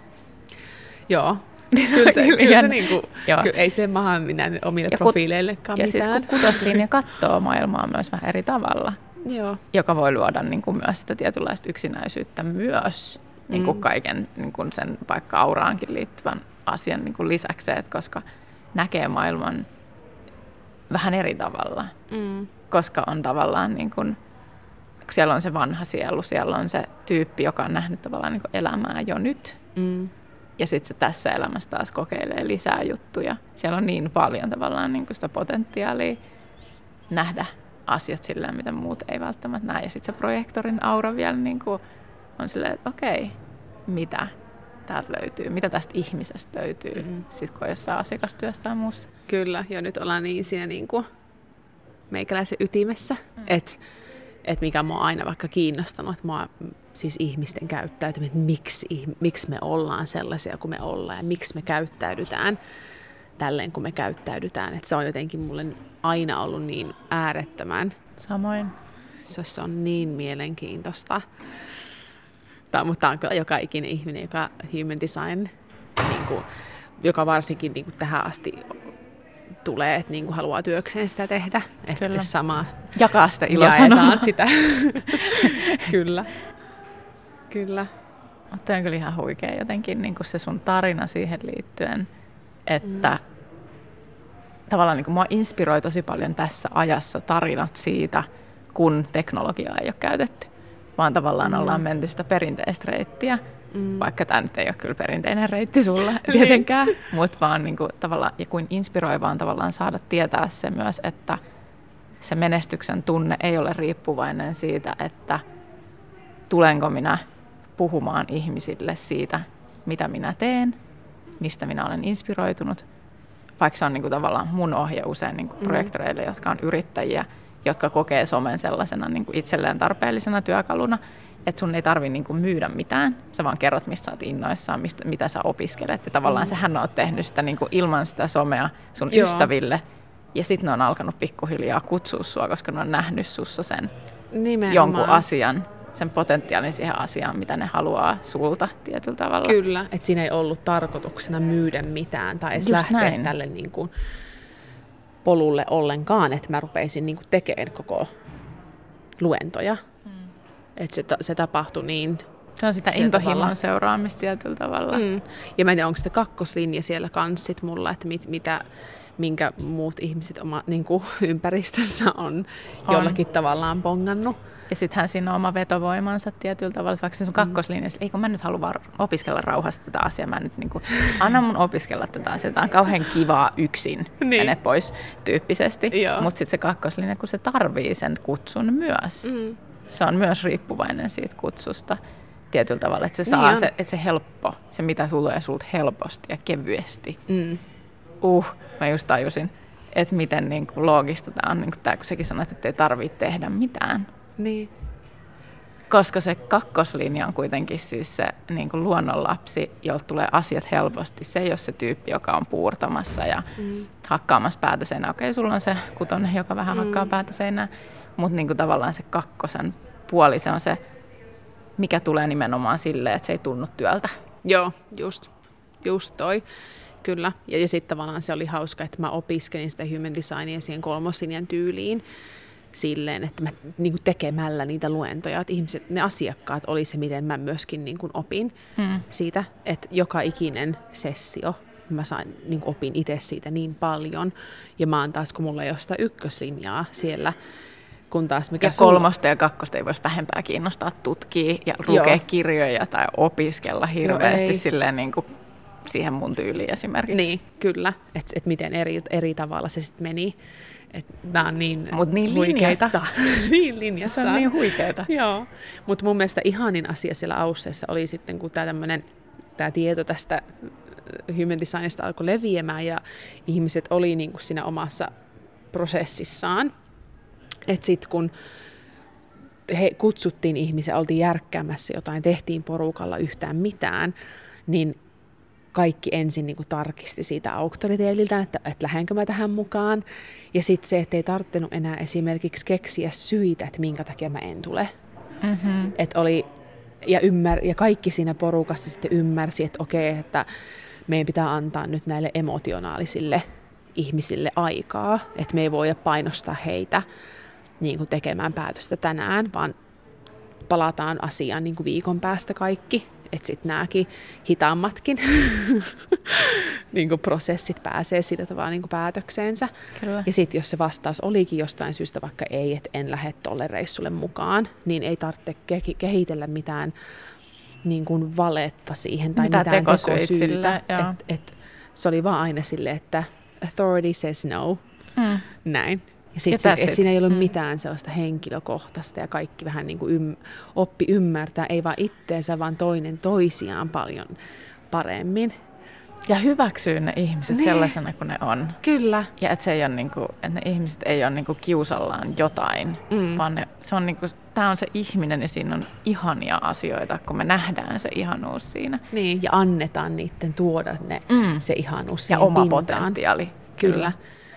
Joo. Kyllä se niinku, ei se maha minä omille profiileillekaan mitään. Ja siis kun 6. linja katsoo maailmaa myös vähän eri tavalla, joka voi luoda niin kuin myös sitä tietynlaista yksinäisyyttä myös niin kuin kaiken niin kuin sen vaikka auraankin liittyvän asian niin kuin lisäksi, että koska näkee maailman vähän eri tavalla, koska on tavallaan niin kuin, siellä on se vanha sielu, siellä on se tyyppi, joka on nähnyt tavallaan niin kuin elämää jo nyt. Ja sitten se tässä elämässä taas kokeilee lisää juttuja. Siellä on niin paljon tavallaan niin kuin sitä potentiaalia nähdä asiat silleen, mitä muut ei välttämättä näe. Ja sitten se projektorin aura vielä niin kuin on silleen, että okei, mitä täältä löytyy, mitä tästä ihmisestä löytyy, sitten kun on jossain asiakastyössä tai muussa. Kyllä, jo nyt ollaan niin siinä niin kuin meikäläisen ytimessä, että mikä mua on aina vaikka kiinnostanut, että mua siis ihmisten käyttäytyminen, miksi me ollaan sellaisia kuin me ollaan ja miksi me käyttäydytään tälleen kuin me käyttäydytään. Että se on jotenkin mulle aina ollut niin äärettömän. Samoin. Se on niin mielenkiintoista. Mutta on kyllä joka ikinen ihminen, joka human design, niin kuin, joka varsinkin niin kuin tähän asti tulee, että niin kuin haluaa työkseen sitä tehdä. Että sama jakaa sitä ilosanomaa. Sitä. Kyllä. Kyllä. Mutta on kyllä ihan huikea jotenkin niin kuin se sun tarina siihen liittyen, että tavallaan niin kuin mua inspiroi tosi paljon tässä ajassa tarinat siitä, kun teknologiaa ei ole käytetty, vaan tavallaan ollaan menty sitä perinteistä reittiä, vaikka tämä nyt ei ole kyllä perinteinen reitti sulla tietenkään, mutta vaan niin kuin, tavallaan, ja kuin inspiroivaa on tavallaan saada tietää se myös, että se menestyksen tunne ei ole riippuvainen siitä, että tulenko minä puhumaan ihmisille siitä, mitä minä teen, mistä minä olen inspiroitunut, vaikka se on niin kuin tavallaan mun ohje usein niin kuin projektoreille, jotka on yrittäjiä, jotka kokee somen sellaisena niin kuin itselleen tarpeellisena työkaluna, että sun ei tarvitse niin kuin myydä mitään, sä vaan kerrot, mistä sä oot innoissaan, mitä sä opiskelet, ja tavallaan sähän oot tehnyt sitä niin kuin ilman sitä somea sun ystäville, ja sitten ne on alkanut pikkuhiljaa kutsua sua, koska ne on nähnyt sussa sen jonkun asian, sen potentiaalin siihen asiaan, mitä ne haluaa sulta tietyllä tavalla. Kyllä, että siinä ei ollut tarkoituksena myydä mitään tai edes lähteä tälle niin kuin polulle ollenkaan, että mä rupeisin niin kuin tekemään koko luentoja. Että se tapahtui niin. Se on sitä intohimon seuraamista tietyllä tavalla. Ja mä en tiedä, onko sitä 2. linja siellä kans sit mulla, että minkä muut ihmiset niin kuin ympäristössä on jollakin tavallaan pongannut. Ja sittenhän siinä on oma vetovoimansa tietyllä tavalla, vaikka se sun 2. linjassa, eikö mä nyt halua vaan opiskella rauhassa tätä asiaa, mä nyt niin kuin, anna mun opiskella tätä asiaa, tämä on kauhean kivaa yksin, mene pois tyyppisesti, mutta sitten se 2. linja, kun se tarvii sen kutsun myös, se on myös riippuvainen siitä kutsusta tietyllä tavalla, että se saa että se helppo, se mitä tulee sulta helposti ja kevyesti. Mä just tajusin, että miten niin kuin loogista tämä on, niin kuin tämä, kun sekin sanoit, että ei tarvitse tehdä mitään. Niin. Koska se 2. linja on kuitenkin siis se niin kuin luonnonlapsi, jolta tulee asiat helposti. Se ei ole se tyyppi, joka on puurtamassa ja hakkaamassa päätä seinään. Okei, sulla on se 6, joka vähän hakkaa päätä seinään. mutta niin kuin tavallaan se kakkosen puoli, se on se, mikä tulee nimenomaan silleen, että se ei tunnu työltä. Joo, just toi. Kyllä. Ja sitten tavallaan se oli hauska, että mä opiskelin sitä human designia siihen 3 linjan tyyliin silleen, että mä niin kuin tekemällä niitä luentoja, että ihmiset, ne asiakkaat oli se, miten mä myöskin niin kuin opin siitä, että joka ikinen sessio mä sain, niin kuin opin itse siitä niin paljon. Ja mä oon taas, kun mulla ei ole sitä ykköslinjaa siellä, kun taas mikä ja 3. ja 2. ei voisi vähempää kiinnostaa tutkia ja lukea kirjoja tai opiskella hirveästi silleen niin kuin siihen mun tyyliin esimerkiksi. Niin, kyllä. Että miten eri tavalla se sitten meni. Nämä on niin huikeita. Niin linjassa. Se on niin huikeita. Joo. Mutta mun mielestä ihanin asia siellä Ausseessa oli sitten, kun tämä tieto tästä human designista alkoi leviämään ja ihmiset oli niin kuin siinä omassa prosessissaan. Että sitten kun he kutsuttiin ihmisiä, oltiin järkkäämässä jotain, tehtiin porukalla yhtään mitään, niin kaikki ensin niin kuin tarkisti siitä auktoriteetiltä, että lähdenkö mä tähän mukaan. Ja sitten se, että ei tarvinnut enää esimerkiksi keksiä syitä, että minkä takia mä en tule. Mm-hmm. Ja kaikki siinä porukassa sitten ymmärsi, että okei, että meidän pitää antaa nyt näille emotionaalisille ihmisille aikaa, että me ei voida painostaa heitä niin kuin tekemään päätöstä tänään, vaan palataan asiaan niin kuin viikon päästä kaikki. Että sitten nämäkin hitaammatkin niin kuin prosessit pääsee sillä tavalla niin kuin päätökseensä. Kyllä. Ja sitten jos se vastaus olikin jostain syystä, vaikka ei, että en lähde tolle reissulle mukaan, niin ei tarvitse kehitellä mitään niin kuin valetta siihen tai mitään tekosyytä. Se oli vaan aina silleen, että authority says no. Näin. Ja sitten siinä ei ollut mitään sellaista henkilökohtaista ja kaikki vähän niin kuin oppi ymmärtää, ei vaan itteensä, vaan toinen toisiaan paljon paremmin. Ja hyväksyy ne ihmiset sellaisena kuin ne on. Kyllä. Ja että se ei ole niinku, että ne ihmiset ei ole niinku kiusallaan jotain, vaan se on niinku, tämä on se ihminen ja siinä on ihania asioita, kun me nähdään se ihanuus siinä. Niin, ja annetaan niiden tuoda se ihanuus ja oma pintaan. Potentiaali. Kyllä.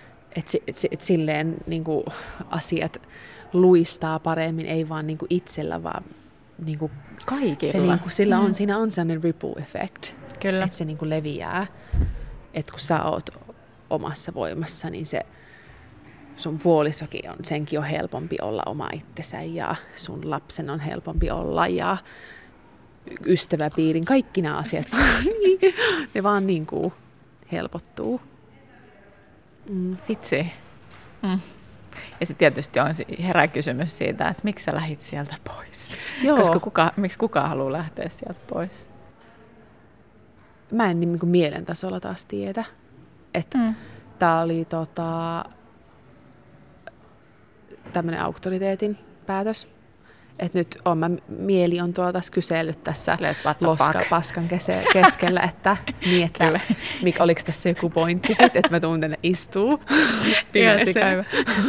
Et silleen niinku asiat luistaa paremmin, ei vaan niinku itsellä, vaan niinku kaikilla. Se niinku, siinä on sellainen ripple effect. Kyllä. Että se niinku leviää. Että kun sä oot omassa voimassa, niin se sun puolisokin senkin on helpompi olla oma itsensä ja sun lapsen on helpompi olla ja ystäväpiirin, kaikki nämä asiat ne vaan niinku helpottuu. Vitsi. Ja sitten tietysti herää kysymys siitä, että miksi sä lähdit sieltä pois? Joo. Koska miksi kukaan haluaa lähteä sieltä pois? Mä en niin kuin mielen tasolla taas tiedä. Tää oli tämmönen auktoriteetin päätös. Että nyt mieli on tuolla taas kysellyt tässä paskan keskellä, että mikä oliko tässä joku pointti sitten, että mä tuun tänne istuu pimeeseen.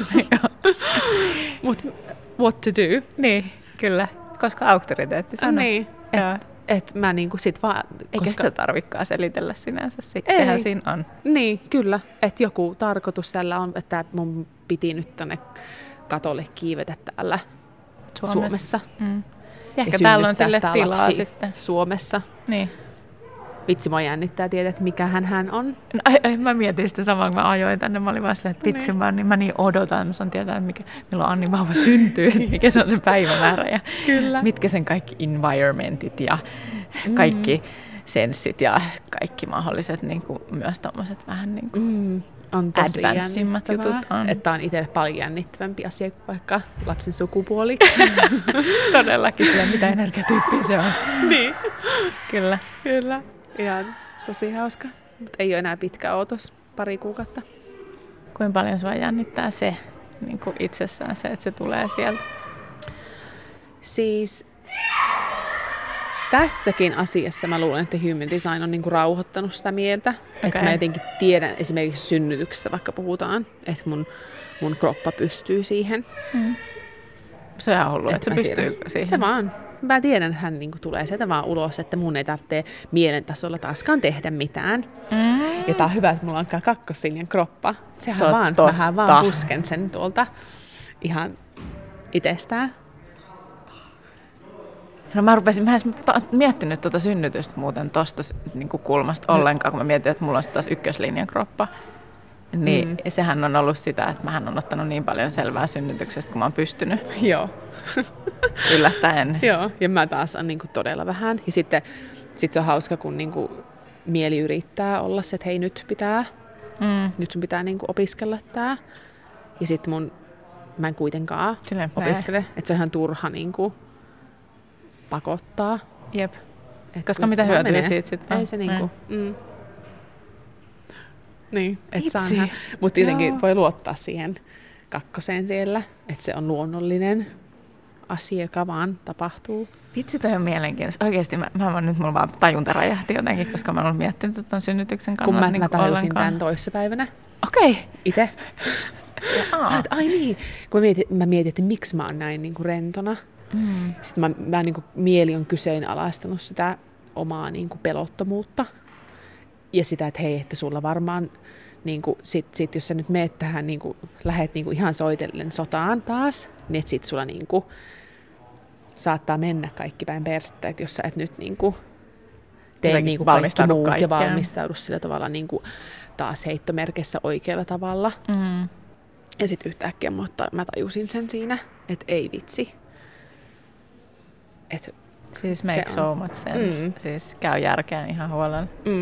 Mut what to do? Niin, kyllä, koska auktoriteetti sanoo. Niin, että mä niinku sit vaan... Eikä sitä tarvikaan selitellä sinänsä, sehän siinä on. Niin, kyllä, että joku tarkoitus tällä on, että mun piti nyt tonne katolle kiivetä täällä Suomessa. Ja ehkä täällä on sille tilaa sitten. Suomessa. Niin. Vitsi, mua jännittää tietää, että mikä hän on. Mä mietin sitä samaa, kun mä ajoin tänne. Mä olin vaan silleen, että vitsi, mä niin odotan. Mä saan tietää, milloin Anni vauva syntyy, että mikä se on se päivämäärä. Ja kyllä. Mitkä sen kaikki environmentit ja kaikki senssit ja kaikki mahdolliset niin kuin, myös tommoset vähän niin kuin on tosi advancemmat jutut on. Että on itselle paljon jännittävämpi asia kuin vaikka lapsen sukupuoli. Todellakin, sillä mitä energiatyyppiä se on. Niin. Kyllä. Kyllä. Ihan tosi hauska. Mutta ei ole enää pitkä odotus, 2 kuukautta. Kuinka paljon sua jännittää se niin kuin itsessään se, että se tulee sieltä? Siis tässäkin asiassa mä luulen, että human design on niinku rauhoittanut sitä mieltä. Okay. Että mä jotenkin tiedän, esimerkiksi synnytyksestä vaikka puhutaan, että mun kroppa pystyy siihen. Se on ollut, että se pystyy siihen. Se vaan. Mä tiedän, että hän niinku tulee sieltä vaan ulos, että mun ei tarvitse mielen tasolla taaskaan tehdä mitään. Ja tää on hyvä, että mulla on 2 linjan kroppa. Sehän mähän vaan pusken sen tuolta ihan itsestään? No mä en miettinyt tuota synnytystä muuten tosta niin kulmasta ollenkaan, kun mä mietin, että mulla on taas ykköslinjan kroppa. Niin sehän on ollut sitä, että mähän on ottanut niin paljon selvää synnytyksestä, kun mä oon pystynyt. Joo. Yllättäen. Joo, ja mä taas on niin kuin todella vähän. Ja sitten se on hauska, kun niin kuin mieli yrittää olla se, että hei nyt nyt sun pitää niin kuin opiskella tää. Ja sitten mä en kuitenkaan opiskele. Että se on ihan turha niin kuin pakottaa. Jep. Koska mitä hyötyä siitä sitten? Ei se niinku. Niin, että saanhan. Mutta tietenkin voi luottaa siihen kakkoseen siellä, että se on luonnollinen asia, joka vaan tapahtuu. Vitsi, toi on mielenkiintoista. Oikeesti mulla vaan tajunta räjähti jotenkin, koska mä en ollut miettinyt tuon synnytyksen kannalta. Kun mä tajusin tämän toissapäivänä. Okei. Itse. Ai niin. Kun mä mietin, että miksi mä oon näin niinku rentona. Sitten mä niin kuin, mieli on kyseenalaistanut sitä omaa niin kuin, pelottomuutta. Ja sitä, että hei, että sulla varmaan, niin kuin, sit, jos sä nyt meet tähän, niin kuin, lähet niin kuin, ihan soitellen sotaan taas, niin että sit sulla niin kuin, saattaa mennä kaikki päin perstettä, että jos sä et nyt niin kuin, tee niin kuin, kaikki muut ja valmistaudu sillä tavalla niin kuin, taas heittomerkissä oikealla tavalla. Ja sitten yhtäkkiä mä tajusin sen siinä, että ei vitsi. Siis make so much sense. Siis käy järkeen ihan huolella.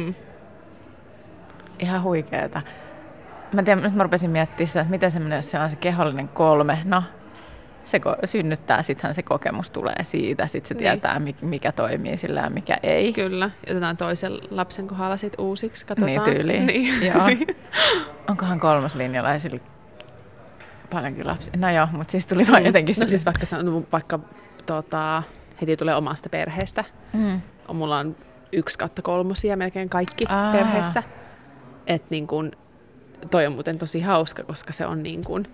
Ihan huikeeta. Mä tiedän, nyt mä rupesin miettimään sitä, että miten semmoinen, jos se on se kehollinen 3, no se synnyttää, sittenhän se kokemus tulee siitä, sitten se tietää, mikä toimii sillä ja mikä ei. Kyllä, otetaan toisen lapsen kohdalla sitten uusiksi, katsotaan. Niin tyyliin. Niin. Joo. Onkohan 3. linjalla ja sillä paljonkin lapsia? No joo, mutta siis tuli vaan jotenkin. No siis vaikka heti tulee omasta perheestä. Mulla on 1/3 melkein kaikki perheessä. Et niin kun, toi on muuten tosi hauska, koska se on niin kun,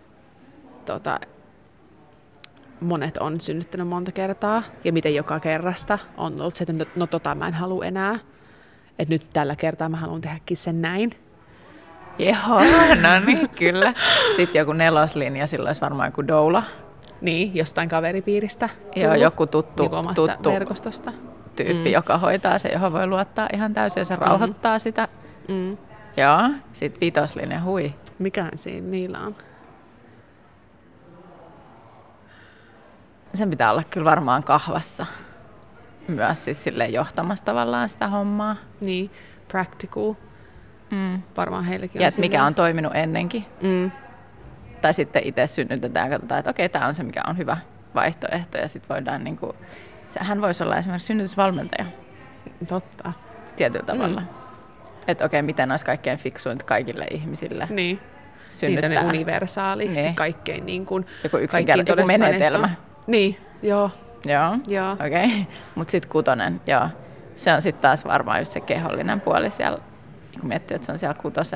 monet on synnyttänyt monta kertaa. Ja miten joka kerrasta on ollut se, että mä en halua enää. Et nyt tällä kertaa mä haluan tehdäkin sen näin. Joo, no niin, kyllä. Sitten joku 4. linja, silloin olisi varmaan joku doula. Niin, jostain kaveripiiristä. Joo, joku tuttu verkostosta. Tyyppi, joka hoitaa se, johon voi luottaa ihan täysin ja se rauhoittaa sitä. Joo, sit 5. linja, hui. Mikähän siinä niillä on? Sen pitää olla kyllä varmaan kahvassa. Myös siis silleen johtamassa tavallaan sitä hommaa. Niin, practical. Varmaan heillekin on. Ja mikä on toiminut ennenkin. Tai sitten itse synnytetään ja katsotaan, että okei, tämä on se, mikä on hyvä vaihtoehto. Ja sitten voidaan, niin kuin, hän voisi olla esimerkiksi synnytysvalmentaja. Totta. Tietyllä tavalla. Että okei, miten olisi kaikkein fiksuinta kaikille ihmisille synnyttää. Niin, universaalisti kaikkein niin kuin, joku yksinkertainen menetelmä. Niin, joo. Joo. Okei. Mutta sitten 6, joo. Se on sitten taas varmaan just se kehollinen puoli siellä, kun miettii, että se on siellä 6.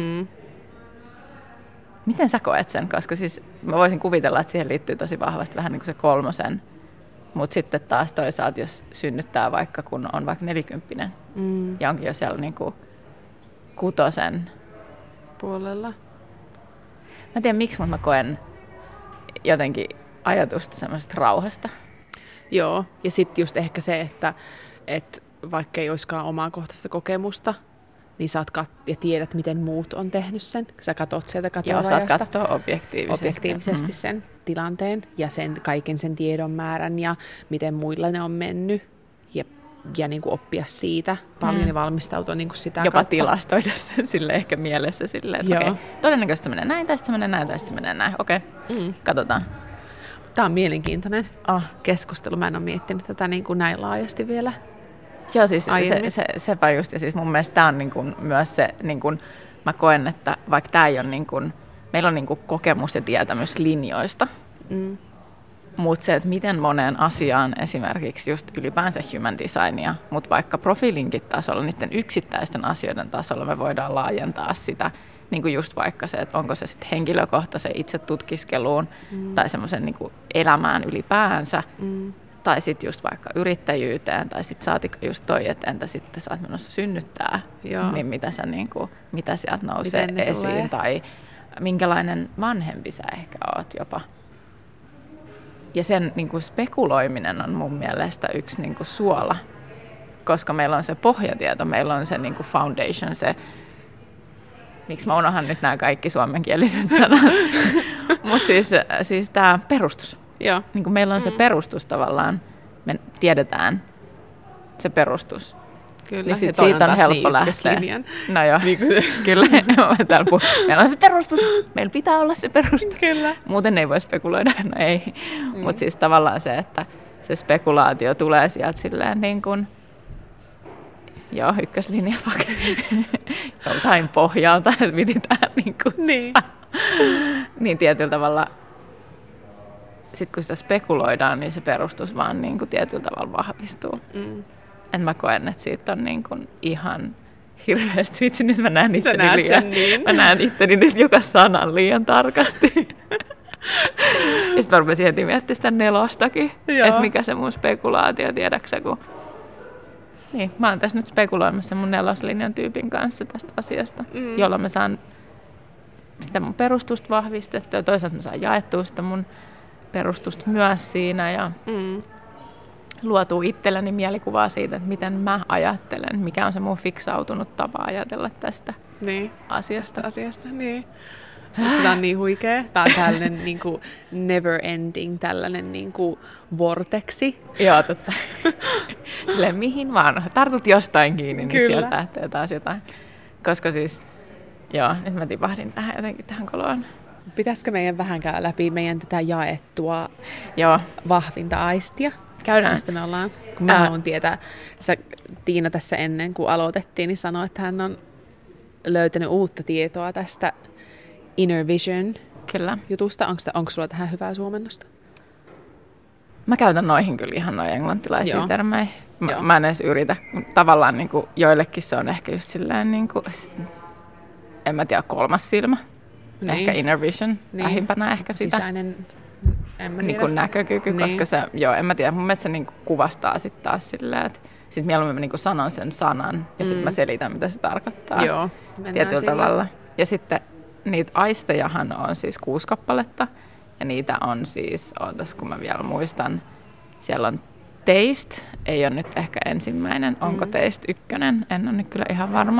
Miten sä koet sen? Koska siis mä voisin kuvitella, että siihen liittyy tosi vahvasti vähän niin kuin se 3. Mutta sitten taas toisaalta, jos synnyttää vaikka kun on vaikka 40 ja onkin jo siellä niin kuin 6. puolella. Mä en tiedä miksi, mutta mä koen jotenkin ajatusta semmoisesta rauhasta. Joo, ja sitten just ehkä se, että vaikka ei olisikaan omaa kohtaista kokemusta, niin saat ja tiedät, miten muut on tehnyt sen. Sä katot sieltä katorajasta. Joo, saat katsoa objektiivisesti sen tilanteen ja kaiken sen tiedon määrän ja miten muilla ne on mennyt. Ja niin kuin oppia siitä paljon ja valmistautua niin kuin sitä jopa kautta. Tilastoida sen sille ehkä mielessä silleen, että okei, todennäköisesti se menee näin, tai se menee näin, tai se menee näin. Okei, katsotaan. Tämä on mielenkiintoinen keskustelu. Mä en ole miettinyt tätä niin kuin näin laajasti vielä. Joo, siis sepä just, ja siis mun mielestä tämä on niin kuin myös se, niin kuin mä koen, että vaikka tämä ei ole niin kuin, meillä on niin kuin kokemus ja tietämys linjoista, mutta se, että miten moneen asiaan esimerkiksi just ylipäänsä human designia, mutta vaikka profiilinkin tasolla, niiden yksittäisten asioiden tasolla me voidaan laajentaa sitä, niin kuin just vaikka se, että onko se sitten henkilökohtaisen itse tutkiskeluun tai semmoisen niin kuin elämään ylipäänsä, tai sitten just vaikka yrittäjyyteen, tai sitten saatik just toi, että entä sitten sä oot menossa synnyttää, niin mitä sieltä nousee esiin, tai minkälainen vanhempi sä ehkä oot jopa. Ja sen niin kuin spekuloiminen on mun mielestä yksi niin kuin suola, koska meillä on se pohjatieto, meillä on se niin kuin foundation, se, miksi mä unohan nyt nämä kaikki suomenkieliset sanat, mutta siis tämä perustus. Joo. Niin kuin meillä on se perustus tavallaan, me tiedetään se perustus. Kyllä, niin siitä on helppo lähteä. No joo, kyllä. Meillä on se perustus, meillä pitää olla se perustus. Kyllä. Muuten ei voi spekuloida, no ei. Mutta siis tavallaan se, että se spekulaatio tulee sieltä silleen niin kuin, joo, ykköslinja joltain pohjalta, että mitään niin kuin niin tietyllä tavalla, sitten kun sitä spekuloidaan, niin se perustus vaan niin kuin tietyllä tavalla vahvistuu. En mä koen, että siitä on niin kuin ihan hirveästi. Vitsi, nyt mä näen itteni nyt joka sanan liian tarkasti. Ja sitten mä rupesin heti miettimään sitä nelostakin, että mikä se mun spekulaatio, tiedäksä, kun... Niin, mä oon tässä nyt spekuloimassa mun neloslinjan tyypin kanssa tästä asiasta, jolla mä saan sitä mun perustusta vahvistettua ja toisaalta mä saan jaettua sitä mun perustusta myös siinä ja luotua itselleni mielikuvaa siitä, että miten mä ajattelen, mikä on se mun fiksautunut tapa ajatella tästä asiasta. Niin. Tämä on niin huikea. Tämä on tällainen niin kuin never ending, tällainen niin kuin vorteksi. Joo, totta. Silleen mihin vaan. Tartut jostain kiinni, niin sieltä lähtee taas jotain. Koska siis, joo, nyt mä tipahdin tähän koloon. Pitäisikö meidän vähän käydä läpi meidän tätä jaettua vahvinta aistia? Käydään. Mistä me ollaan? Kun mä haluan tietää, Tiina tässä ennen kuin aloitettiin, niin sanoi, että hän on löytänyt uutta tietoa tästä Inner Vision jutusta. Onko sulla tähän hyvää suomennosta? Mä käytän noihin kyllä ihan noin englantilaisia termejä. Mä en edes yritä. Tavallaan niin kuin joillekin se on ehkä just silleen, niin kuin, en mä tiedä, kolmas silmä. Niin. Ehkä Inner Vision, lähimpänä ehkä sitä. Sisäinen, en mä niin kuin näkökyky, koska se, en mä tiedä, mun mielestä se niin kuin kuvastaa sitten taas silleen, että sit mieluummin mä niin kuin sanon sen sanan ja sitten mä selitän, mitä se tarkoittaa tietyllä tavalla. Ja sitten niitä aistejahan on siis 6 kappaletta ja niitä on siis, ootas kun mä vielä muistan, siellä on taste, ei ole nyt ehkä ensimmäinen, onko taste 1, en ole nyt kyllä ihan varma.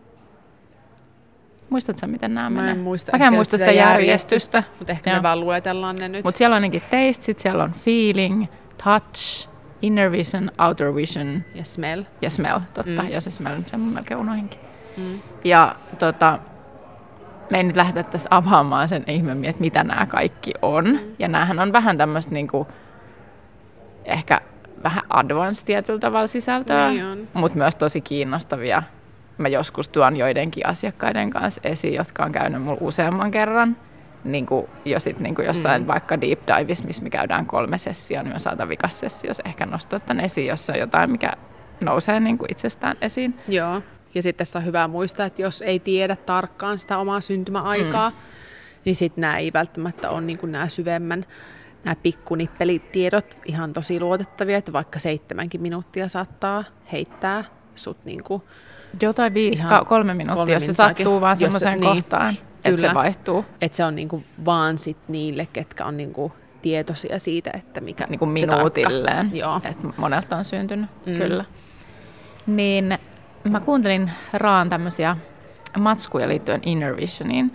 Muistatko miten nämä menee? Mä en muista, Mäkään muista sitä järjestystä. Mutta ehkä me vaan luetellaan ne nyt. Mutta siellä on ainakin taste, sit siellä on feeling, touch, inner vision, outer vision. Ja smell. Ja smell, totta. Ja se smell, sen mä melkein unohinkin. Ja me ei nyt lähdetä tässä avaamaan sen ihmeemmin, että mitä nämä kaikki on. Ja näähän on vähän tämmöistä niinku, ehkä vähän advanced tietyllä tavalla sisältöä, mutta myös tosi kiinnostavia. Mä joskus tuon joidenkin asiakkaiden kanssa esiin, jotka on käynyt mulla useamman kerran. Niin kuin jo sit, niin kuin jossain vaikka deep dives, missä me käydään 3 sessioon, niin mä saatan vikassessiossa ehkä nostaa tämän esiin, jos on jotain, mikä nousee niin kuin itsestään esiin. Joo, ja sitten tässä on hyvä muistaa, että jos ei tiedä tarkkaan sitä omaa syntymäaikaa, niin sitten nämä ei välttämättä ole niin kuin nämä syvemmän, nämä pikkunippelitiedot ihan tosi luotettavia, että vaikka 7 minuuttia saattaa heittää sut niin kuin jotain 3 minuuttia, jos se sattuu vaan semmoiseen kohtaan, että se vaihtuu. Että se on niinku vaan sit niille, ketkä on niinku tietoisia siitä, että mikä niinku minuutilleen, että monelta on syntynyt, kyllä. Niin mä kuuntelin Raan tämmöisiä matskuja liittyen Inner Visioniin,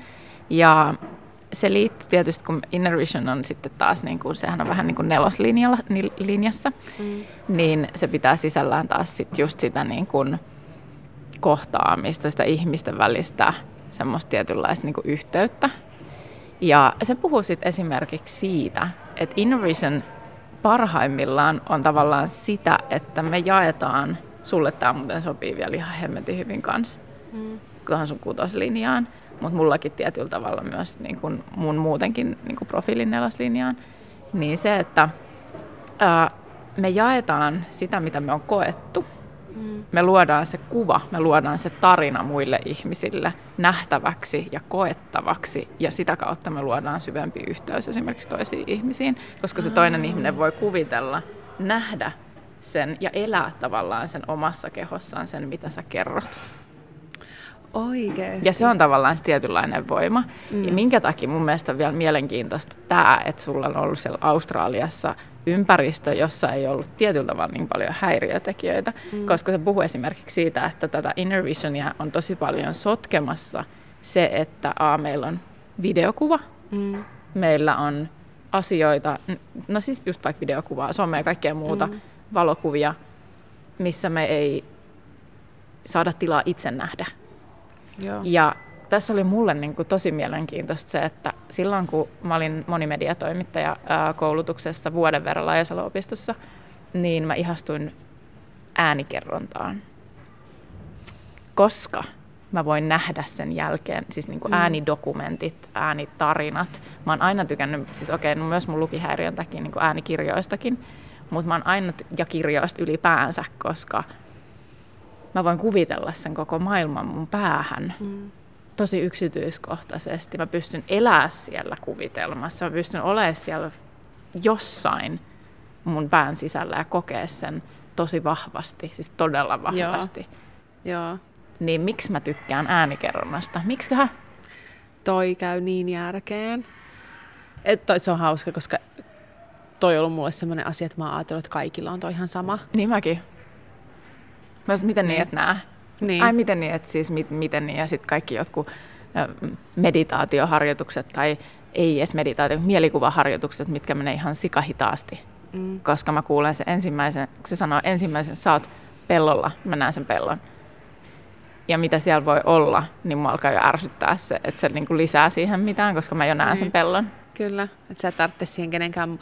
se liittyy tietysti, kun Inner Vision on sitten taas, niin kuin, sehän on vähän niin kuin neloslinjassa, niin se pitää sisällään taas sit just sitä niin kuin kohtaamista, sitä ihmisten välistä semmoista tietynlaista niin kuin yhteyttä. Ja se puhuu sitten esimerkiksi siitä, että Inner Vision parhaimmillaan on tavallaan sitä, että me jaetaan, sulle tämä muuten sopii vielä ihan hemmetin hyvin kanssa, tuohon sun 6. linjaan, mutta mullakin tietyllä tavalla myös niin kuin mun muutenkin niin kuin profiilin 4. linjaan, niin se, että me jaetaan sitä, mitä me on koettu. Me luodaan se kuva, me luodaan se tarina muille ihmisille nähtäväksi ja koettavaksi, ja sitä kautta me luodaan syvempi yhteys esimerkiksi toisiin ihmisiin, koska se toinen ihminen voi kuvitella, nähdä sen ja elää tavallaan sen omassa kehossaan sen, mitä sä kerrot. Oikeesti. Ja se on tavallaan se tietynlainen voima. Ja minkä takia mun mielestä on vielä mielenkiintoista tämä, että sulla on ollut siellä Australiassa ympäristö, jossa ei ollut tietyllä tavalla niin paljon häiriötekijöitä, koska se puhuu esimerkiksi siitä, että tätä inner visionia on tosi paljon sotkemassa se, että meillä on videokuva, meillä on asioita, no siis just vaikka videokuvaa, somea ja kaikkea muuta, valokuvia, missä me ei saada tilaa itse nähdä. Joo. Ja tässä oli mulle niin kuin tosi mielenkiintoista se, että silloin kun mä olin monimediatoimittaja koulutuksessa vuoden verran Laajasalo-opistossa, niin mä ihastuin äänikerrontaan, koska mä voin nähdä sen jälkeen, siis niin kuin äänidokumentit, äänitarinat. Mä oon aina tykännyt, siis no myös mun lukihäiriön takia niin kuin äänikirjoistakin, mutta mä oon aina, ja kirjoista ylipäänsä, koska mä voin kuvitella sen koko maailman mun päähän tosi yksityiskohtaisesti. Mä pystyn elämään siellä kuvitelmassa, mä pystyn olemaan siellä jossain mun pään sisällä ja kokea sen tosi vahvasti, siis todella vahvasti. Joo. Niin miksi mä tykkään äänikerronnasta? Miksiköhän? Toi käy niin järkeen. Se on hauska, koska toi on ollut mulle semmoinen asia, että mä oon ajatellut, että kaikilla on toi ihan sama. Niin mäkin. Miten niin, että nää? Niin. Ai miten niin, että siis miten niin, ja sitten kaikki jotkut meditaatioharjoitukset tai ei edes meditaatio, mielikuvaharjoitukset, mitkä menee ihan sikahitaasti. Koska mä kuulen sen ensimmäisen, kun se sanoo ensimmäisen, sä oot pellolla, mä näen sen pellon. Ja mitä siellä voi olla, niin mua alkaa jo ärsyttää se, että se niin kuin lisää siihen mitään, koska mä jo näen sen pellon. Kyllä, että sä et tarvitse siihen kenenkään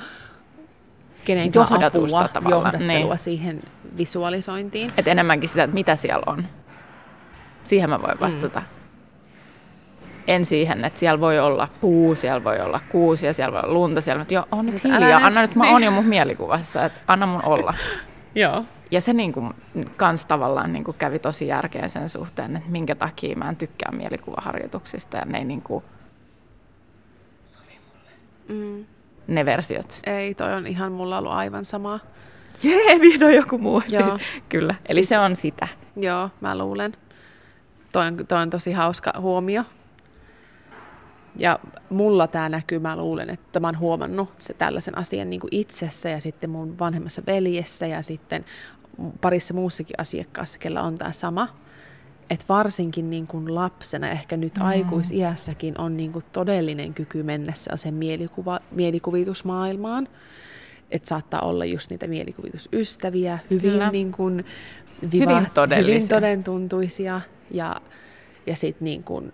johdattelua siihen visualisointiin. Et enemmänkin sitä, että mitä siellä on. Siihen mä voin vastata. En siihen, että siellä voi olla puu, siellä voi olla kuusia, siellä voi olla lunta, siellä on nyt hiljaa, anna nyt, mä oon jo mun mielikuvassa, että anna mun olla. Joo. Ja se niin kuin, kans tavallaan niin kuin kävi tosi järkeen sen suhteen, että minkä takia mä en tykkää mielikuvaharjoituksista ja ne ei niin kuin sovi mulle. Ne versiot. Ei, toi on ihan mulla ollut aivan sama. Vihdoin joku muu. Joo. Kyllä, eli siis, se on sitä. Joo, mä luulen. Toi on tosi hauska huomio. Ja mulla tää näkyy, mä luulen, että mä oon huomannut se tällaisen asian niin kuin itsessä ja sitten mun vanhemmassa veljessä ja sitten parissa muussakin asiakkaassa, kellä on tää sama. Että varsinkin niin kuin lapsena, ehkä nyt aikuisiässäkin on niin kuin todellinen kyky mennä sen mielikuvitusmaailmaan. Että saattaa olla just niitä mielikuvitusystäviä, hyvin, niin kuin hyvin todentuntuisia. Ja sitten niin kuin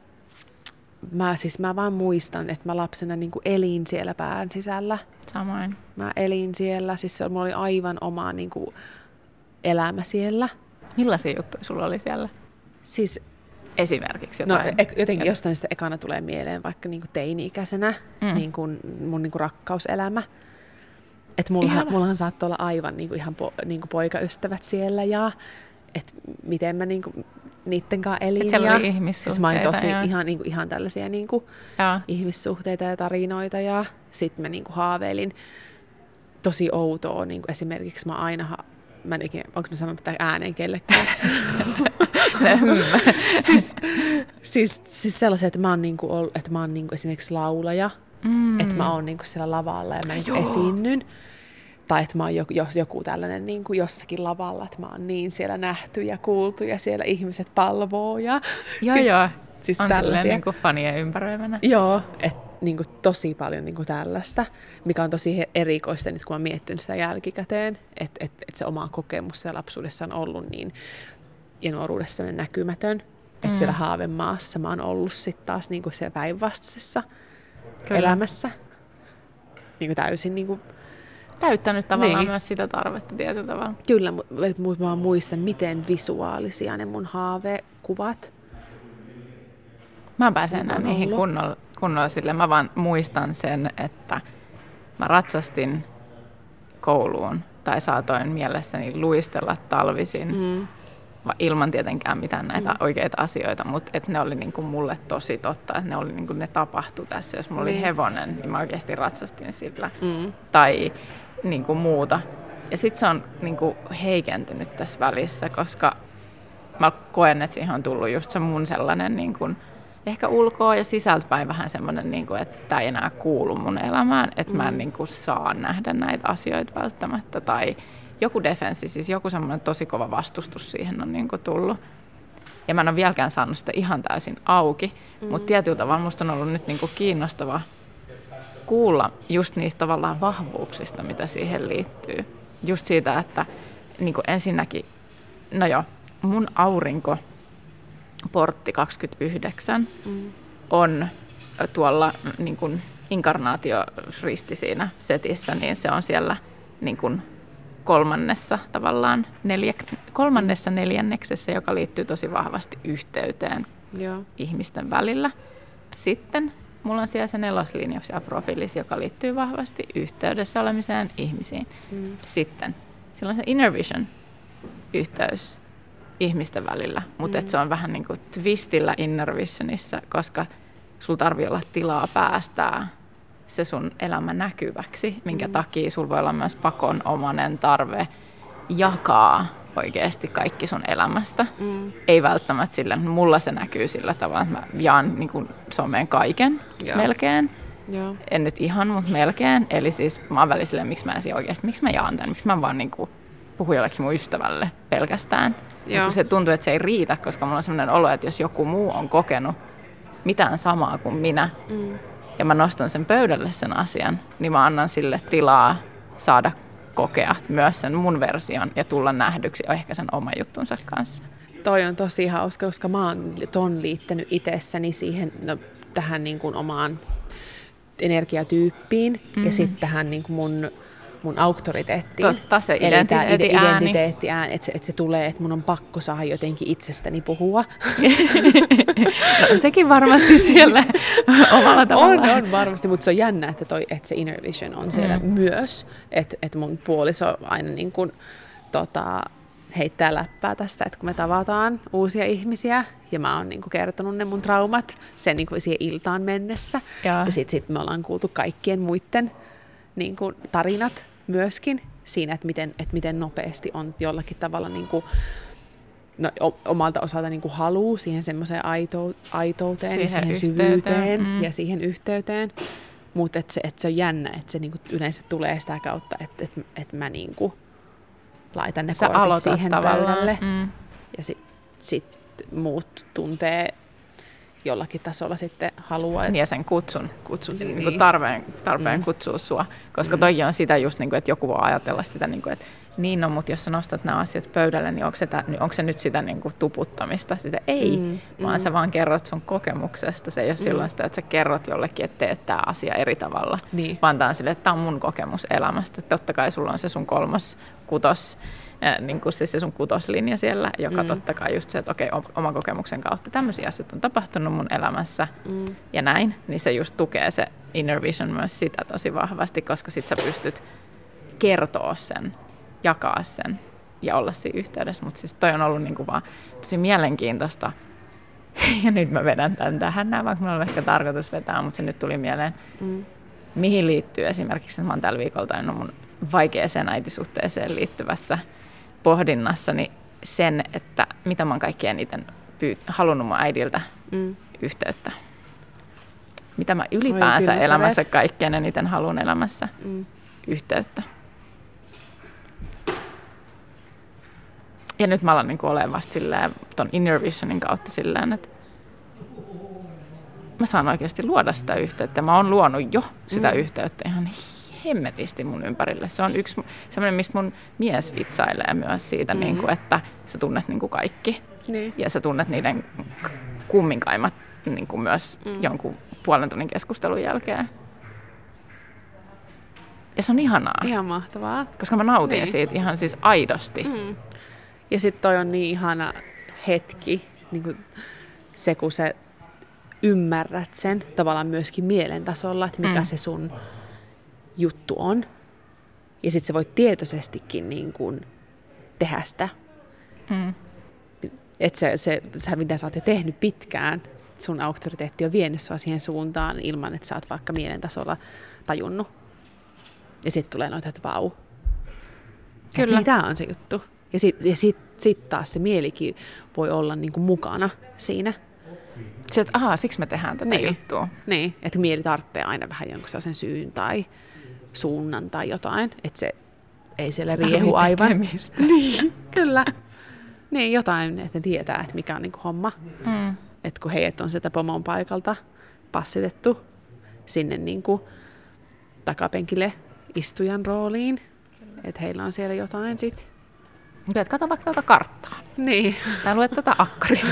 mä vaan muistan, että mä lapsena niin kuin elin siellä pään sisällä. Samoin. Mä elin siellä, siis mulla oli aivan oma niin kuin elämä siellä. Millaisia juttuja sulla oli siellä? Siis esimerkiksi jotain. No jotenkin jostain sitä ekana tulee mieleen vaikka niin kuin teini-ikäisenä niin kuin mun niin kuin rakkauselämä. Että mullahan saattoi olla aivan niin kuin ihan niin kuin poikaystävät siellä ja että miten mä niin kuin niitten kanssa elin. Että siellä oli ihmissuhteita. Mä olin tosi ihan tällaisia niin kuin ihmissuhteita ja tarinoita ja sitten mä niin kuin haaveilin tosi outoa. Niin kuin esimerkiksi mä aina, onko mä sanonut tätä ääneen kellekään? siis sellaiset, että mä oon, niin kuin, että mä oon niin kuin esimerkiksi laulaja, että mä oon niin kuin siellä lavalla ja mä niin kuin esiinnyn. Tai että mä oon joku tällainen niin kuin jossakin lavalla, että mä oon niin siellä nähty ja kuultu ja siellä ihmiset palvoo. Ja siis on tällaisia. Niin kuin fanien ympäröimänä. Joo, että niin kuin tosi paljon niin kuin tällaista, mikä on tosi erikoista nyt, kun mä oon miettinyt sitä jälkikäteen, että se oma kokemus ja lapsuudessa on ollut niin, ja nuoruudessa näkymätön, että siellä haavemaassa mä oon ollut sitten taas niin kuin siellä päinvastaisessa elämässä. Niin kuin täysin niin kuin täyttänyt tavallaan myös sitä tarvetta tietyllä tavalla. Kyllä, mutta mä muistan, miten visuaalisia ne mun haavekuvat. Mä pääsen enää niihin kunnolla sille. Mä vaan muistan sen, että mä ratsastin kouluun tai saatoin mielessäni luistella talvisin ilman tietenkään mitään näitä oikeita asioita, mutta et ne oli niinku mulle tosi totta, että ne tapahtui tässä. Jos mulla oli hevonen, niin mä oikeasti ratsastin sillä tai niinku muuta. Ja sitten se on niinku heikentynyt tässä välissä, koska mä koen, että siihen on tullut just se mun sellainen niin kuin, ehkä ulkoa ja sisältäpäin vähän semmoinen, niin kuin, että tämä ei enää kuulu mun elämään, että mä en niin kuin, saa nähdä näitä asioita välttämättä. Tai joku defenssi, siis joku semmoinen tosi kova vastustus siihen on niin kuin, tullut. Ja mä en ole vieläkään saanut sitä ihan täysin auki, mutta tietyllä tavalla musta on ollut nyt niin kuin, kiinnostavaa kuulla just niistä tavallaan vahvuuksista, mitä siihen liittyy. Just siitä, että niin kuin ensinnäkin, no joo, mun aurinkoportti 29 on tuolla niin kuin inkarnaatioristi siinä setissä, niin se on siellä niin kuin kolmannessa neljänneksessä, joka liittyy tosi vahvasti yhteyteen ihmisten välillä. Sitten mulla on siellä se 4. linjaus ja profiilis, joka liittyy vahvasti yhteydessä olemiseen ihmisiin. Sitten silloin se inner vision yhteys ihmisten välillä, mutta se on vähän niin kuin twistillä inner visionissa, koska sulla tarvii olla tilaa päästää se sun elämä näkyväksi, minkä takia sulla voi olla myös pakonomainen tarve jakaa oikeasti kaikki sun elämästä. Ei välttämättä sillä, mulla se näkyy sillä tavalla, että mä jaan niin kuin someen kaiken melkein. Joo. En nyt ihan, mutta melkein. Eli siis mä oon välillä silleen, miksi mä jaan tämän, miksi mä vaan niin kuin puhun jollekin mun ystävälle pelkästään. Kun se tuntuu, että se ei riitä, koska mulla on sellainen olo, että jos joku muu on kokenut mitään samaa kuin minä, ja mä nostan sen pöydälle sen asian, niin mä annan sille tilaa saada kokea myös sen mun version ja tulla nähdyksi ehkä sen oman juttunsa kanssa. Toi on tosi hauska, koska mä oon ton liittänyt itsessäni siihen, tähän niin kuin omaan energiatyyppiin ja sitten tähän niin kuin mun auktoriteettiin. Totta, se identiteettiääni. Että se tulee, että mun on pakko saada jotenkin itsestäni puhua. No, sekin varmasti siellä omalla tavalla. On varmasti, mutta se on jännä, että se inner vision on siellä myös. Että mun puoliso aina niin kuin, heittää läppää tästä, että kun me tavataan uusia ihmisiä, ja mä oon niin kuin kertonut ne mun traumat sen niin kuin siihen iltaan mennessä. Ja sit me ollaan kuultu kaikkien muiden niin kuin tarinat myöskin siinä, että miten nopeasti on jollakin tavalla niin kuin, omalta osalta niin kuin haluu siihen semmoiseen aitouteen ja siihen syvyyteen ja siihen yhteyteen. Mutta että se on jännä, että se niin kuin yleensä tulee sitä kautta, että mä niin kuin laitan ne kortit siihen pöydälle. Ja sit muut tuntee jollakin tasolla sitten haluaa. Ja sen kutsun niin tarpeen kutsua sua. Koska toi on sitä just, että joku voi ajatella sitä, että niin no, mutta jos sä nostat nämä asiat pöydälle, niin onko se nyt sitä tuputtamista? Sitä ei, vaan sä vaan kerrot sun kokemuksesta. Se ei ole silloin sitä, että sä kerrot jollekin, että teet tämä asia eri tavalla. Vaan tämä on silleen, että tämä on mun kokemus elämästä. Totta kai sulla on se sun 3. kutos, niin kuin siis se sun kutoslinja siellä, joka totta kai just se, että okei, oman kokemuksen kautta tämmöisiä asioita on tapahtunut mun elämässä ja näin, niin se just tukee se inner vision myös sitä tosi vahvasti, koska sit sä pystyt kertoa sen, jakaa sen ja olla siinä yhteydessä, mutta siis toi on ollut niin kuin vaan tosi mielenkiintoista. Ja nyt mä vedän tämän tähän näin, vaikka mulla on ehkä tarkoitus vetää, mutta se nyt tuli mieleen, mihin liittyy esimerkiksi, että mä oon tällä viikolla tainnut mun vaikeaseen äitisuhteeseen liittyvässä pohdinnassani sen, että mitä mä oon kaikkein eniten halunnut mun äidiltä yhteyttä. Mitä mä ylipäänsä elämässä kaikkein eniten haluan elämässä yhteyttä. Ja nyt mä alan niin olemaan vasta silleen, ton inner visionin kautta silleen, että mä saan oikeasti luoda sitä yhteyttä. Mä oon luonut jo sitä yhteyttä ihan hemmetisti mun ympärille. Se on yksi semmoinen, mistä mun mies vitsailee myös siitä, niin kuin, että sä tunnet niin kuin kaikki. Ja sä tunnet niiden kumminkaimmat niin kuin myös jonkun puolen tunnin keskustelun jälkeen. Ja se on ihanaa. Ihan mahtavaa. Koska mä nautin siitä ihan siis aidosti. Ja sitten toi on niin ihana hetki, niin kuin se kun sä ymmärrät sen tavallaan myöskin mielen tasolla, että mikä se sun juttu on. Ja sitten sä voit tietoisestikin niin kuin tehdä sitä. Että sä mitä sä oot jo tehnyt pitkään, sun auktoriteetti on vienyt sua siihen suuntaan ilman, että sä oot vaikka mielen tasolla tajunnut. Ja sitten tulee noita, että vau. Kyllä. Niin tää on se juttu. Ja sit taas se mielikin voi olla niin kuin mukana siinä. Siksi me tehdään tätä juttua. Niin, että mieli tarvitsee aina vähän jonkun sellaisen syyn tai suunnan tai jotain, että se ei siellä riehu aivan. Niin, kyllä. Niin, jotain, että ne tietää, että mikä on niin kuin homma. Että kun heidät on sieltä pomon paikalta passitettu sinne niin kuin takapenkille istujan rooliin, että heillä on siellä jotain sitten. Kato vaikka tuota karttaa. Niin. Tai luet tuota akkaria.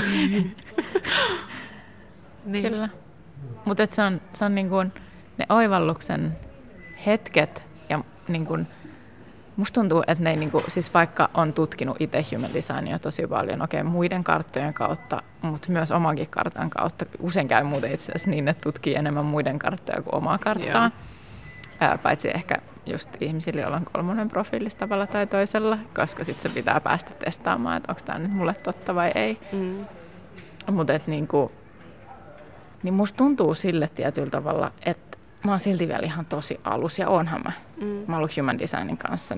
Niin. Kyllä. Mutta se on niin kuin ne oivalluksen hetket ja niin kuin, musta tuntuu, että ne niin kuin, siis vaikka on tutkinut itse human designia tosi paljon muiden karttojen kautta, mutta myös omankin kartan kautta. Usein käy muuten itse asiassa niin, että tutkii enemmän muiden karttoja kuin omaa karttaa. Paitsi ehkä just ihmisillä, joilla on 3. profiilissa tavalla tai toisella, koska sitten se pitää päästä testaamaan, että onko tämä nyt mulle totta vai ei. Mutta niin musta tuntuu sille tietyllä tavalla, että mä oon silti vielä ihan tosi alus, ja oonhan mä. Mä oon ollut human designin kanssa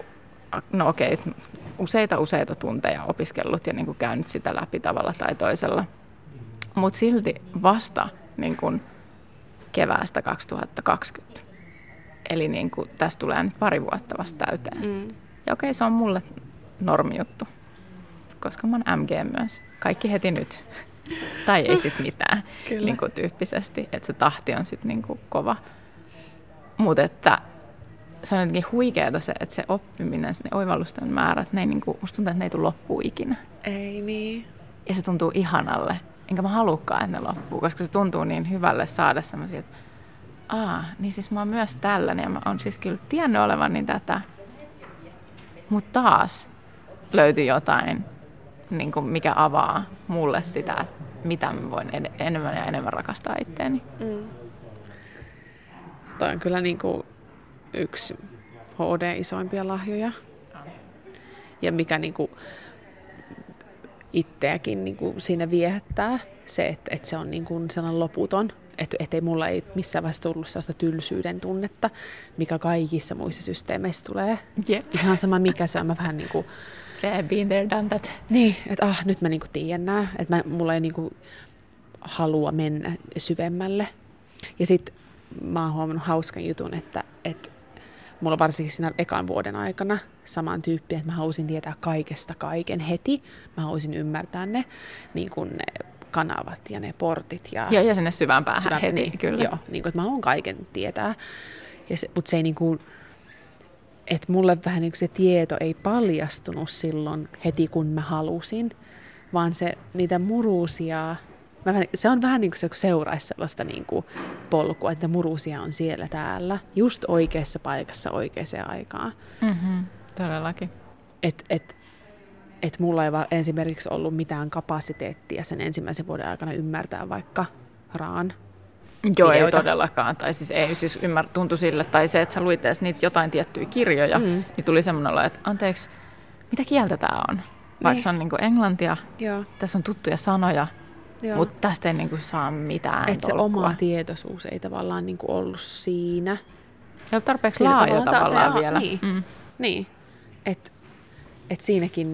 useita tunteja opiskellut ja käynyt sitä läpi tavalla tai toisella. Mutta silti vasta keväästä 2020. Eli tästä tulee nyt 2 vuotta vasta täyteen. Ja se on mulle normijuttu, koska mä oon MG myös. Kaikki heti nyt. Tai ei sit mitään tyyppisesti, että se tahti on sit kova. Mutta että se on jotenkin huikeeta se, että se oppiminen, ne oivallusten määrät, ne ei, musta tuntuu, että ne ei tule loppuun ikinä. Ei niin. Ja se tuntuu ihanalle. Enkä mä halukkaan, että ne loppuu, koska se tuntuu niin hyvälle saada semmoisia, että niin siis mä oon myös tällainen ja mä oon siis kyllä tiennyt olevani tätä. Mutta taas löytyi jotain, mikä avaa mulle sitä, että mitä mä voin enemmän ja enemmän rakastaa itteeni. Toi on kyllä yksi HD isoimpia lahjoja. Ja mikä itseäkin siinä viehättää, se, että se on sellainen loputon. Että ei mulla ei missään vaiheessa tullut sellaista tylsyyden tunnetta, mikä kaikissa muissa systeemeissä tulee. Yep. Ihan sama mikä se on. Mä vähän se been there, done that. Niin, että nyt mä tiedän nää. Että mulla ei halua mennä syvemmälle. Ja sit mä oon huomannut hauskan jutun, että mulla varsinkin siinä ekan vuoden aikana saman tyyppi, että mä halusin tietää kaikesta kaiken heti. Mä halusin ymmärtää ne, ne kanavat ja ne portit. Ja sinne syvään päähän heti, niin, kyllä. Joo, että mä haluan kaiken tietää. Mutta se ei että mulle vähän se tieto ei paljastunut silloin heti, kun mä halusin, vaan niitä murusia, se on vähän se, kun seuraisi sellaista polkua, että murusia on siellä täällä, just oikeassa paikassa oikeaan aikaan. Todellakin. Että mulla ei vaan esimerkiksi ollut mitään kapasiteettia sen ensimmäisen vuoden aikana ymmärtää vaikka raan. Joo, ei todellakaan. Tai siis ei tuntui sille, tai se, että sä luit edes niitä jotain tiettyjä kirjoja, niin tuli semmoinen olo, että anteeksi, mitä kieltä tää on? Vaikka se on englantia, tässä on tuttuja sanoja, mutta tästä ei saa mitään että se oma tietoisuus ei tavallaan ollut siinä. Ei ole tarpeeksi laaja tavallaan vielä. Niin. Että siinäkin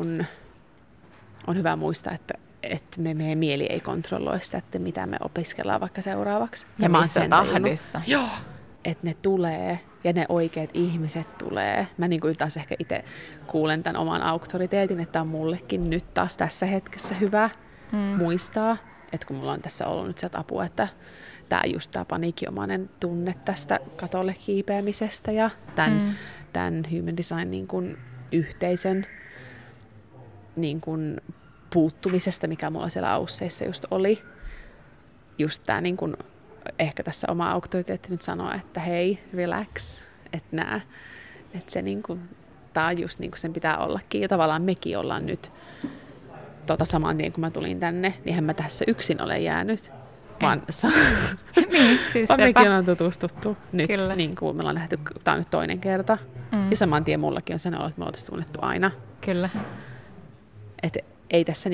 on hyvä muistaa, että meidän mieli ei kontrolloi sitä, että mitä me opiskellaan vaikka seuraavaksi. Ja missä tahdissa. Joo. Että ne tulee ja ne oikeat ihmiset tulee. Mä taas ehkä itse kuulen tämän oman auktoriteetin, että on mullekin nyt taas tässä hetkessä hyvä muistaa. Että kun mulla on tässä ollut nyt sieltä apua, että tämä paniikinomainen tunne tästä katolle kiipeämisestä ja tämän human design yhteisön puuttumisesta, mikä mulla siellä Ausseissa just oli. Just tämä ehkä tässä oma auktoriteetti nyt sanoo, että hei, relax, että se tää on just sen pitää ollakin. Ja tavallaan mekin ollaan nyt saman tien, kun mä tulin tänne, niin mä tässä yksin ole jäänyt. Vaan siis mekin ollaan tutustuttu nyt, me ollaan nähty, tää on nyt toinen kerta. Ja saman tien mullakin on sen olo, että me oltaisiin tunnettu aina. Kyllä. Että ei tässä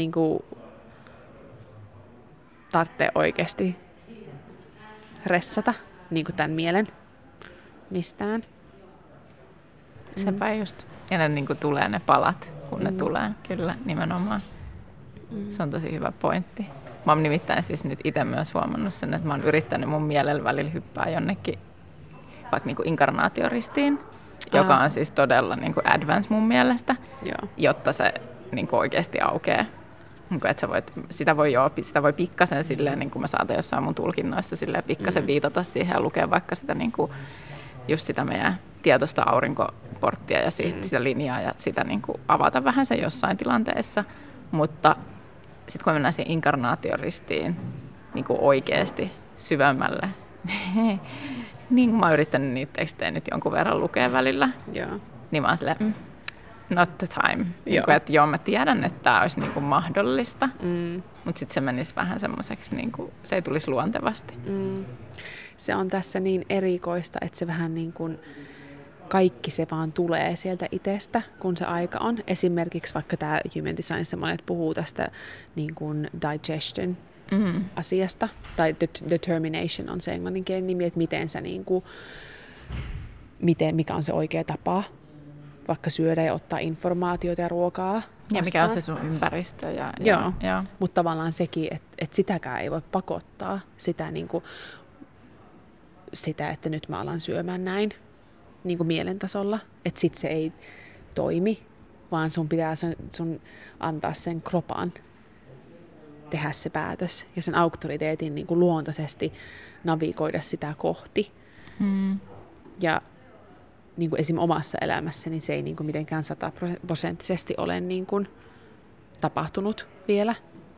tarvitse oikeasti ressata tämän mielen mistään. Sepä just. Ja ne niin kuin tulee ne palat, kun ne tulee. Kyllä, nimenomaan. Se on tosi hyvä pointti. Mä oon nimittäin siis nyt itse myös huomannut sen, että mä oon yrittänyt mun mielellä välillä hyppää jonnekin vaikka niin kuin inkarnaatioristiin, joka on siis todella niin kuin advance mun mielestä, jotta se niin kuin oikeasti aukeaa. Niin kuin, että sitä voi pikkasen silleen, niin kuin mä saatan jossain mun tulkinnoissa silleen pikkasen viitata siihen ja lukea vaikka sitä, niin kuin, just sitä meidän tietoista aurinkoporttia ja sitä linjaa ja sitä niin kuin avata vähän sen jossain tilanteessa. Mutta sitten kun mennään siihen inkarnaatioristiin niin kuin oikeasti syvemmälle, niin kuin mä oon yrittänyt niitä tekstejä nyt jonkun verran lukea välillä, niin mä oon silleen, not the time. Niin kuin, että mä tiedän, että tämä olisi niin kuin mahdollista, mutta sitten se menisi vähän semmoiseksi, niin kuin, se ei tulisi luontevasti. Se on tässä niin erikoista, että se vähän niin kuin kaikki se vaan tulee sieltä itsestä, kun se aika on. Esimerkiksi vaikka tämä Human Design, monet puhuu tästä niin kuin digestion asiasta, tai determination on se englanninkielinen nimi, että miten sä niin kuin, mikä on se oikea tapa vaikka syödä ja ottaa informaatiota ja ruokaa vastaan. Ja mikä on se sun ympäristö. Joo. Mutta tavallaan sekin, että sitäkään ei voi pakottaa, niin kuin, sitä, että nyt mä alan syömään näin niin kuin mielentasolla, että sit se ei toimi, vaan sun pitää sun antaa sen kropan tehdä se päätös ja sen auktoriteetin niin kuin luontaisesti navigoida sitä kohti. Ja niin kuin esim. Omassa elämässäni se ei niin kuin mitenkään 100% ole niin kuin tapahtunut vielä.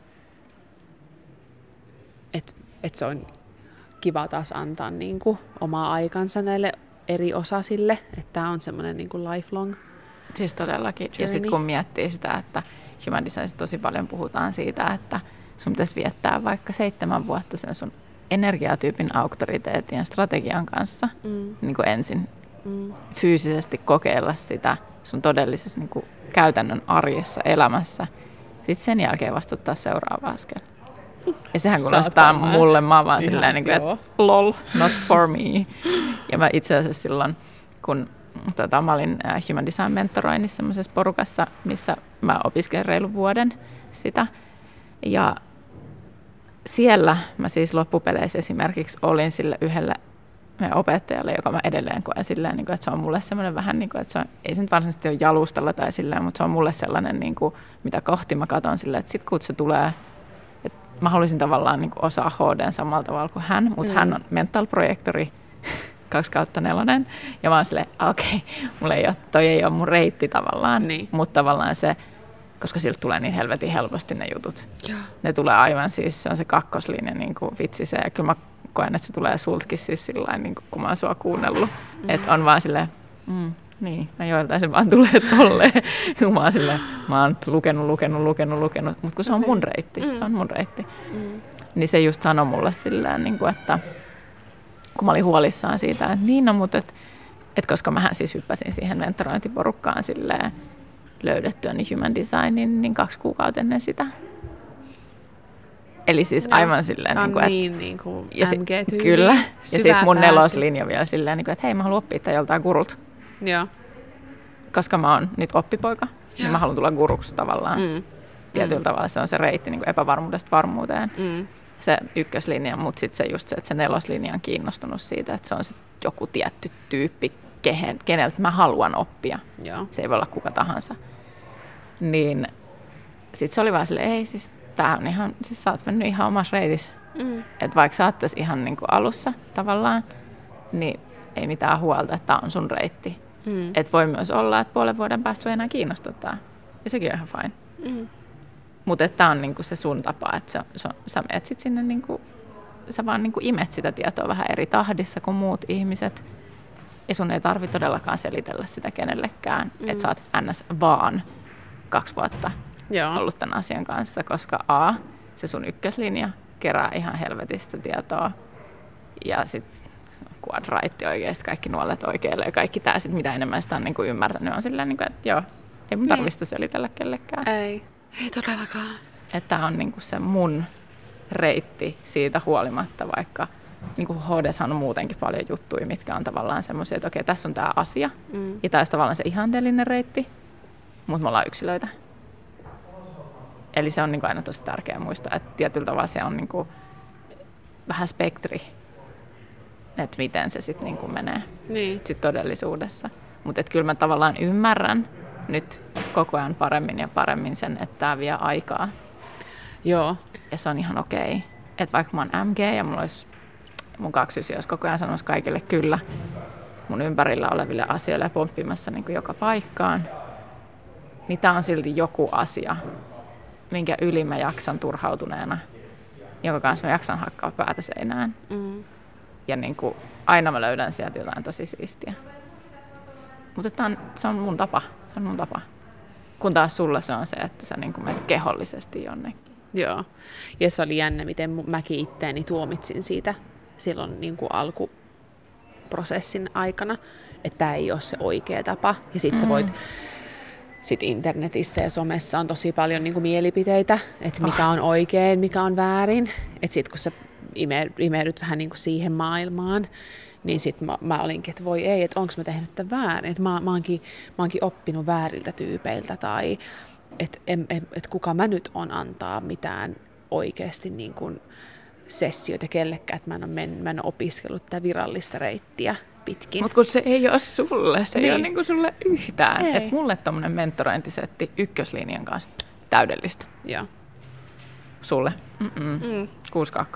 Et se on kiva taas antaa niin kuin omaa aikansa näille eri osasille, että tämä on semmoinen niin kuin lifelong. Siis todellakin. Journey. Ja sitten kun miettii sitä, että Human Designissa tosi paljon puhutaan siitä, että sun pitäisi viettää vaikka 7 vuotta sen sun energiatyypin auktoriteetin ja strategian kanssa niin kuin ensin. Fyysisesti kokeilla sitä sun todellisessa niin kuin käytännön arjessa, elämässä. Sitten sen jälkeen vastuttaa seuraava askel. Ja sehän kuulostaa mulle, mä oon vaan silleen, niin kuin, että lol, not for me. Ja mä itse asiassa silloin, kun mä olin Human Design mentoroinnissa semmoisessa porukassa, missä mä opiskelin reilun vuoden sitä. Ja siellä mä siis loppupeleissä esimerkiksi olin sille yhdelle meidän opettajalle, joka mä edelleen koen silleen, että se on mulle semmoinen vähän, että se on, ei se nyt varsinaisesti ole jalustalla tai silleen, mutta se on mulle sellainen, mitä kohti mä katson silleen, että sit kun se tulee, että mä haluaisin tavallaan osaa HD:n samalla tavalla kuin hän, mutta hän on mental-projektori 2/4, ja mä oon silleen, okei, toi ei ole mun reitti tavallaan, mutta tavallaan se, koska siltä tulee niin helvetin helposti ne jutut. Ja. Ne tulee aivan siis, se on se kakkoslinja vitsi se, ja kyllä mä koen, että se tulee sultakin siis sillain, niin kun mä oon sua kuunnellut, että on vaan silleen, niin, no joiltain se vaan tulee tolleen, kun mä oon silleen, mä oon lukenut, mutta kun se on mun reitti, se on mun reitti. Niin se just sanoi mulle silleen, että kun mä olin huolissaan siitä, että niin, no mutta, että koska mähän siis hyppäsin siihen mentorointiporukkaan silleen, löydettyäni Human Designin niin 2 kuukautta ennen sitä. Eli siis aivan silleen, niin kuin MG-tyyli. Kyllä. Ja sitten mun 4. linja vielä silleen, että hei, mä haluan oppia tämän joltain gurulta. Joo. Koska mä oon nyt oppipoika, niin mä haluan tulla guruksi tavallaan. Tietyllä tavalla se on se reitti niin kuin epävarmuudesta varmuuteen. Se 1. linja, mutta sitten se just se, että se 4. linja on kiinnostunut siitä, että se on se joku tietty tyyppi, keneltä mä haluan oppia. Joo. Se ei voi olla kuka tahansa. Niin sitten se oli vaan silleen, ei siis tää on ihan, siis sä oot mennyt ihan omassa reitissä. Että vaikka sä oot tässä ihan niin kuin alussa tavallaan, niin ei mitään huolta, että tää on sun reitti. Että voi myös olla, että 5 vuoden päästä voi enää kiinnostaa tää. Ja sekin on ihan fine. Mutta tää on niin kuin se sun tapa, että sä menet sit sinne, niin kuin, sä vaan niin kuin imet sitä tietoa vähän eri tahdissa kuin muut ihmiset. Ja sun ei tarvitse todellakaan selitellä sitä kenellekään, että sä oot ns. Vaan 2 vuotta ollut tämän asian kanssa, koska se sun 1. linja kerää ihan helvetistä tietoa ja sitten quadraitti oikeasti, kaikki nuolet oikealle ja kaikki tää sit, mitä enemmän sitä on niinku ymmärtänyt, on silleen, niinku, että joo, ei mun tarvista selitellä kellekään. Ei todellakaan. Että tää on niinku se mun reitti siitä huolimatta, vaikka niin kuin HD:shan on muutenkin paljon juttuja, mitkä on tavallaan semmoisia, että okei, tässä on tämä asia, ja tämä on tavallaan se ihanteellinen reitti, mutta me ollaan yksilöitä. Eli se on niin kuin aina tosi tärkeää muistaa, että tietyllä tavalla se on niin kuin vähän spektri, että miten se sitten niin kuin menee sit todellisuudessa. Mutta kyllä mä tavallaan ymmärrän nyt koko ajan paremmin ja paremmin sen, että tämä vie aikaa. Joo. Ja se on ihan okei. Että vaikka mä oon MG ja mulla olisi mun 29 olisi koko ajan sanomassa kaikille kyllä mun ympärillä oleville asioille ja pomppimassa niin kuin joka paikkaan, niin tää on silti joku asia, minkä yli mä jaksan turhautuneena, jonka kanssa mä jaksan hakkaa päätä seinään. Ja niin kuin aina mä löydän sieltä jotain tosi siistiä. Mutta se on mun tapa. Se on mun tapa. Kun taas sulla se on se, että sä niin kuin menet kehollisesti jonnekin. Joo. Ja se oli jännä, miten mäkin itteeni tuomitsin siitä silloin niin kuin alkuprosessin aikana, että tämä ei ole se oikea tapa. Ja sit sä voit, sit internetissä ja somessa on tosi paljon niin kuin mielipiteitä, että mikä on oikein, mikä on väärin. Että sit kun sä imeydyt vähän niin kuin siihen maailmaan, niin sitten mä olinkin, että voi ei, että onko mä tehnyt tämän väärin. Että mä oonkin oppinut vääriltä tyypeiltä tai että kuka mä nyt on antaa mitään oikeasti niin kuin sessioita kellekään, että mä en ole opiskellut tätä virallista reittiä pitkin. Mutta kun se ei ole sulle, se ei ole niin kuin sulle yhtään. Että mulle tommonen mentorointisetti ykköslinjan kanssa täydellistä. Joo. Sulle. 62.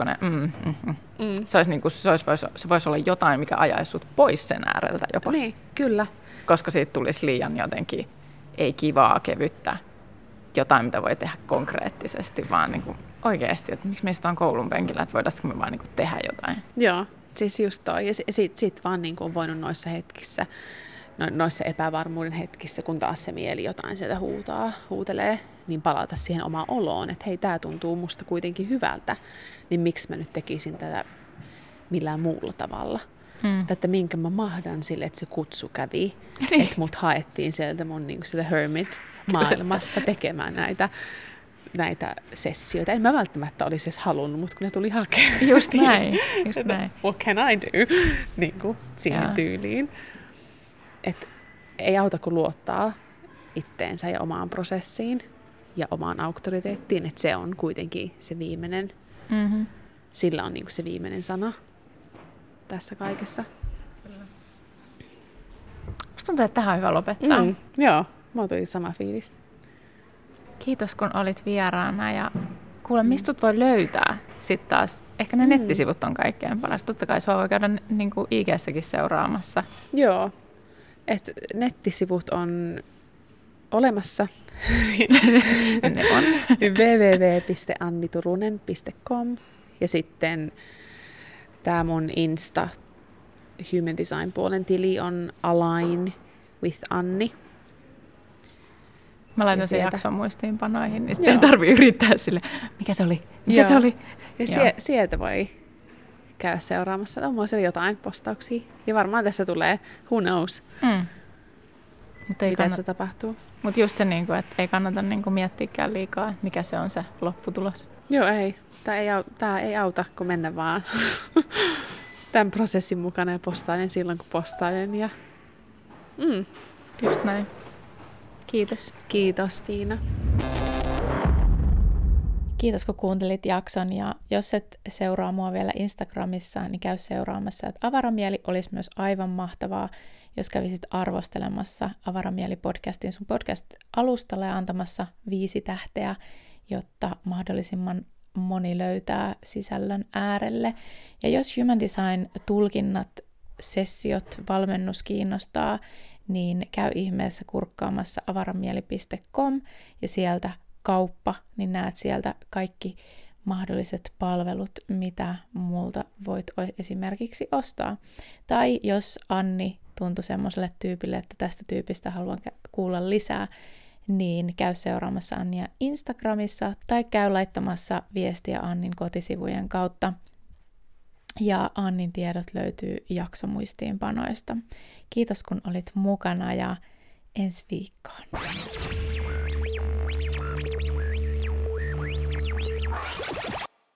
Se voisi olla jotain, mikä ajaisi sut pois sen ääreltä jopa. Niin, kyllä. Koska siitä tulisi liian jotenkin ei kivaa, kevyttä, jotain, mitä voi tehdä konkreettisesti, vaan niin kuin oikeasti, että miksi meistä on koulun penkillä, että voidaanko me vaan niin kuin tehdä jotain. Joo, siis just toi. Ja sit vaan niin kuin on voinut noissa hetkissä, noissa epävarmuuden hetkissä, kun taas se mieli jotain sieltä huutelee, niin palata siihen omaan oloon, että hei, tää tuntuu musta kuitenkin hyvältä, niin miksi mä nyt tekisin tätä millään muulla tavalla. Että minkä mä mahdan sille, että se kutsu kävi, että mut haettiin sieltä mun niin sitä hermit-maailmasta tekemään näitä sessioita. En mä välttämättä olisi edes halunnut, mutta kun ne tuli hakemaan. Just näin. What can I do? Niin kuin siihen tyyliin. Et ei auta kuin luottaa itteensä ja omaan prosessiin ja omaan auktoriteettiin, että se on kuitenkin se viimeinen, sillä on niinku se viimeinen sana tässä kaikessa. Musta tuntuu, että tähän on hyvä lopettaa. Joo, mulla tuli sama fiilis. Kiitos, kun olit vieraana ja kuule, mistä sut voi löytää sitten taas? Ehkä ne nettisivut on kaikkein paras. Totta kai sua voi käydä niin kuin IG-säkin seuraamassa. Joo, että nettisivut on olemassa. Ne on. www.anniturunen.com ja sitten tämä mun Insta Human Design puolen tili on Align with Anni. Mä laitan sen jakson muistiinpanoihin, niin sitten ei tarvitse yrittää sille, mikä se oli. Ja sieltä voi käydä seuraamassa. On mulla siellä jotain postauksia. Ja varmaan tässä tulee, who knows, mitä se tapahtuu. Mutta just se, että ei kannata miettiäkään liikaa, että mikä se on se lopputulos. Joo, ei. Tämä ei auta, kun mennä vaan tämän prosessin mukana ja postailen silloin, kun postailen. Ja Just näin. Kiitos. Kiitos, Tiina. Kiitos, kun kuuntelit jakson, ja jos et seuraa mua vielä Instagramissa, niin käy seuraamassa, että Avaramieli olisi myös aivan mahtavaa, jos kävisit arvostelemassa Avaramieli-podcastin sun podcast-alustalle ja antamassa 5 tähteä, jotta mahdollisimman moni löytää sisällön äärelle. Ja jos Human Design-tulkinnat, sessiot, valmennus kiinnostaa, niin käy ihmeessä kurkkaamassa avaramieli.com ja sieltä kauppa, niin näet sieltä kaikki mahdolliset palvelut, mitä multa voit esimerkiksi ostaa. Tai jos Anni tuntui semmoiselle tyypille, että tästä tyypistä haluan kuulla lisää, niin käy seuraamassa Annia Instagramissa tai käy laittamassa viestiä Annin kotisivujen kautta. Ja Annin tiedot löytyy jaksomuistiinpanoista. Kiitos kun olit mukana ja ensi viikkoon.